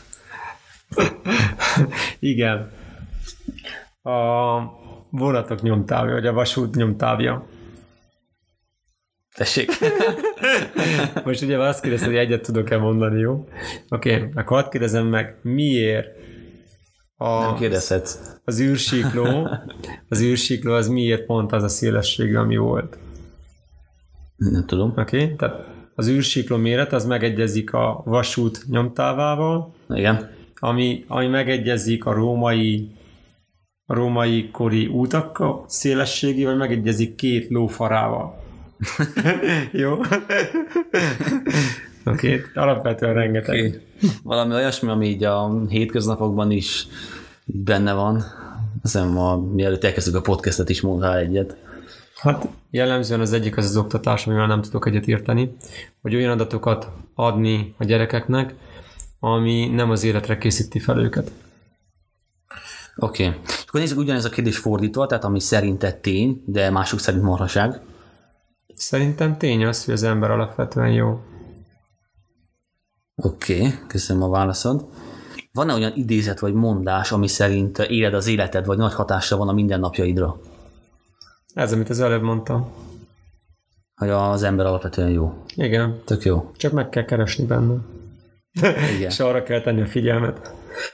Igen. A vonatok nyomtávja, vagy a vasút nyomtávja. Tessék. Most ugye azt kérdezted, hogy egyet tudok-e mondani, jó? Oké, okay, akkor hadd kérdezem meg, miért a, nem kérdezhetsz. Az űrsikló, az űrsikló az miért pont az a szélességű, ami volt? Nem tudom. Oké, okay, tehát az űrsikló méret az megegyezik a vasút nyomtávával. Igen. Ami, ami megegyezik a római a római kori útak szélességi, vagy megegyezik két lófarával. Jó? Oké, okay. Alapvetően rengeteg. Okay. Valami olyasmi, ami így a hétköznapokban is benne van. Aztán ma mielőtt elkezdjük a podcastet is mondtál egyet. Hát jellemzően az egyik az az oktatás, amivel nem tudok egyet érteni, hogy olyan adatokat adni a gyerekeknek, ami nem az életre készíti fel őket. Oké. Okay. És akkor nézzük ugyanez a kérdés fordítva, tehát ami szerinted tény, de mások szerint marhaság. Szerintem tény az, hogy az ember alapvetően jó. Oké, okay, köszönöm a válaszod. Van-e olyan idézet vagy mondás, ami szerint éled az életed, vagy nagy hatással van a mindennapjaidra? Ez, amit az előbb mondtam. Hogy az ember alapvetően jó. Igen. Tök jó. Csak meg kell keresni benne. Igen. És arra kell tenni a figyelmet.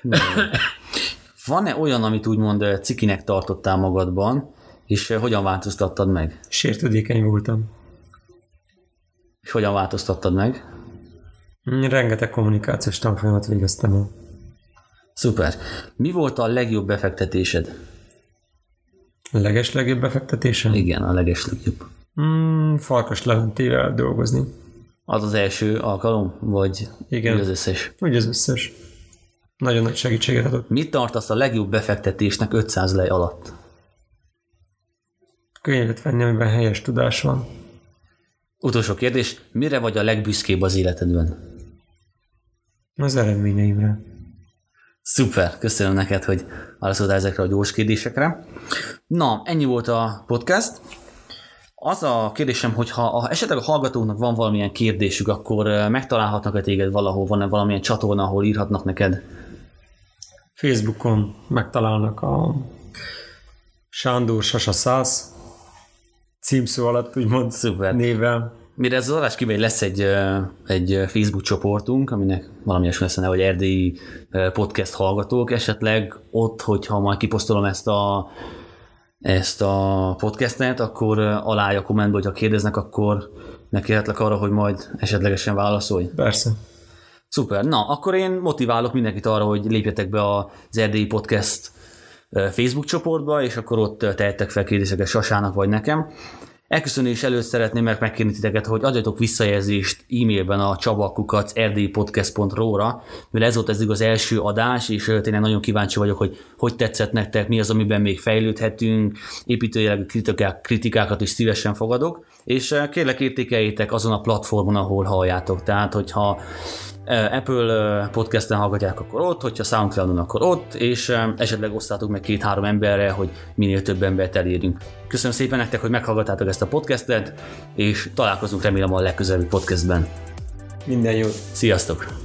Van-e olyan, amit úgymond cikinek tartottál magadban, és hogyan változtattad meg? Sértődékeny voltam. És hogyan változtattad meg? Rengeteg kommunikációs tanfolyamat végeztem el. Szuper. Mi volt a legjobb befektetésed? A legeslegjobb befektetésem? Igen, a legeslegjobb. Mm, Farkas Leventével dolgozni. Az az első alkalom? Vagy igen. az összes? Úgy az összes. Nagyon nagy segítséget adott. Mit tartasz a legjobb befektetésnek ötszáz lej alatt? könyvet venni, amiben helyes tudás van. Utolsó kérdés, mire vagy a legbüszkébb az életedben? Az eredményeimre. Szuper, köszönöm neked, hogy válaszoltál ezekre a gyors kérdésekre. Na, ennyi volt a podcast. Az a kérdésem, hogy ha esetleg a hallgatóknak van valamilyen kérdésük, akkor megtalálhatnak-e téged valahol, van-e valamilyen csatorna, ahol írhatnak neked? Facebookon megtalálnak a Sándor Sasa száz címszó alatt, úgymond Szuper. névvel. Mire ez az adás kimegy, lesz egy, egy Facebook csoportunk, aminek valami ilyesmi lesz, hogy erdélyi podcast hallgatók, esetleg ott, hogyha majd kiposztolom ezt a, ezt a podcastet, akkor alája a kommentbe, hogyha kérdeznek, akkor megkérhetlek arra, hogy majd esetlegesen válaszolj. Persze. Szuper. Na, akkor én motiválok mindenkit arra, hogy lépjetek be az Erdélyi Podcast Facebook csoportba, és akkor ott tehettek fel kérdéseket Sasának vagy nekem. Elköszönés előtt szeretném meg megkérni titeket, hogy adjatok visszajelzést e-mailben a csabakukac erdélypodcast pont ro-ra, mert ez volt ez az első adás, és tényleg nagyon kíváncsi vagyok, hogy hogy tetszett nektek, mi az, amiben még fejlődhetünk, építőjelegű kritikák, kritikákat is szívesen fogadok, és kérlek értékeljétek azon a platformon, ahol halljátok. Tehát, hogyha Apple podcasten hallgatják, akkor ott, hogyha SoundCloudon, akkor ott, és esetleg osztátok meg két-három emberre, hogy minél több embert elérjünk. Köszönöm szépen nektek, hogy meghallgattátok ezt a podcastet, és találkozunk remélem a legközelebbi podcastben. Minden jót! Sziasztok!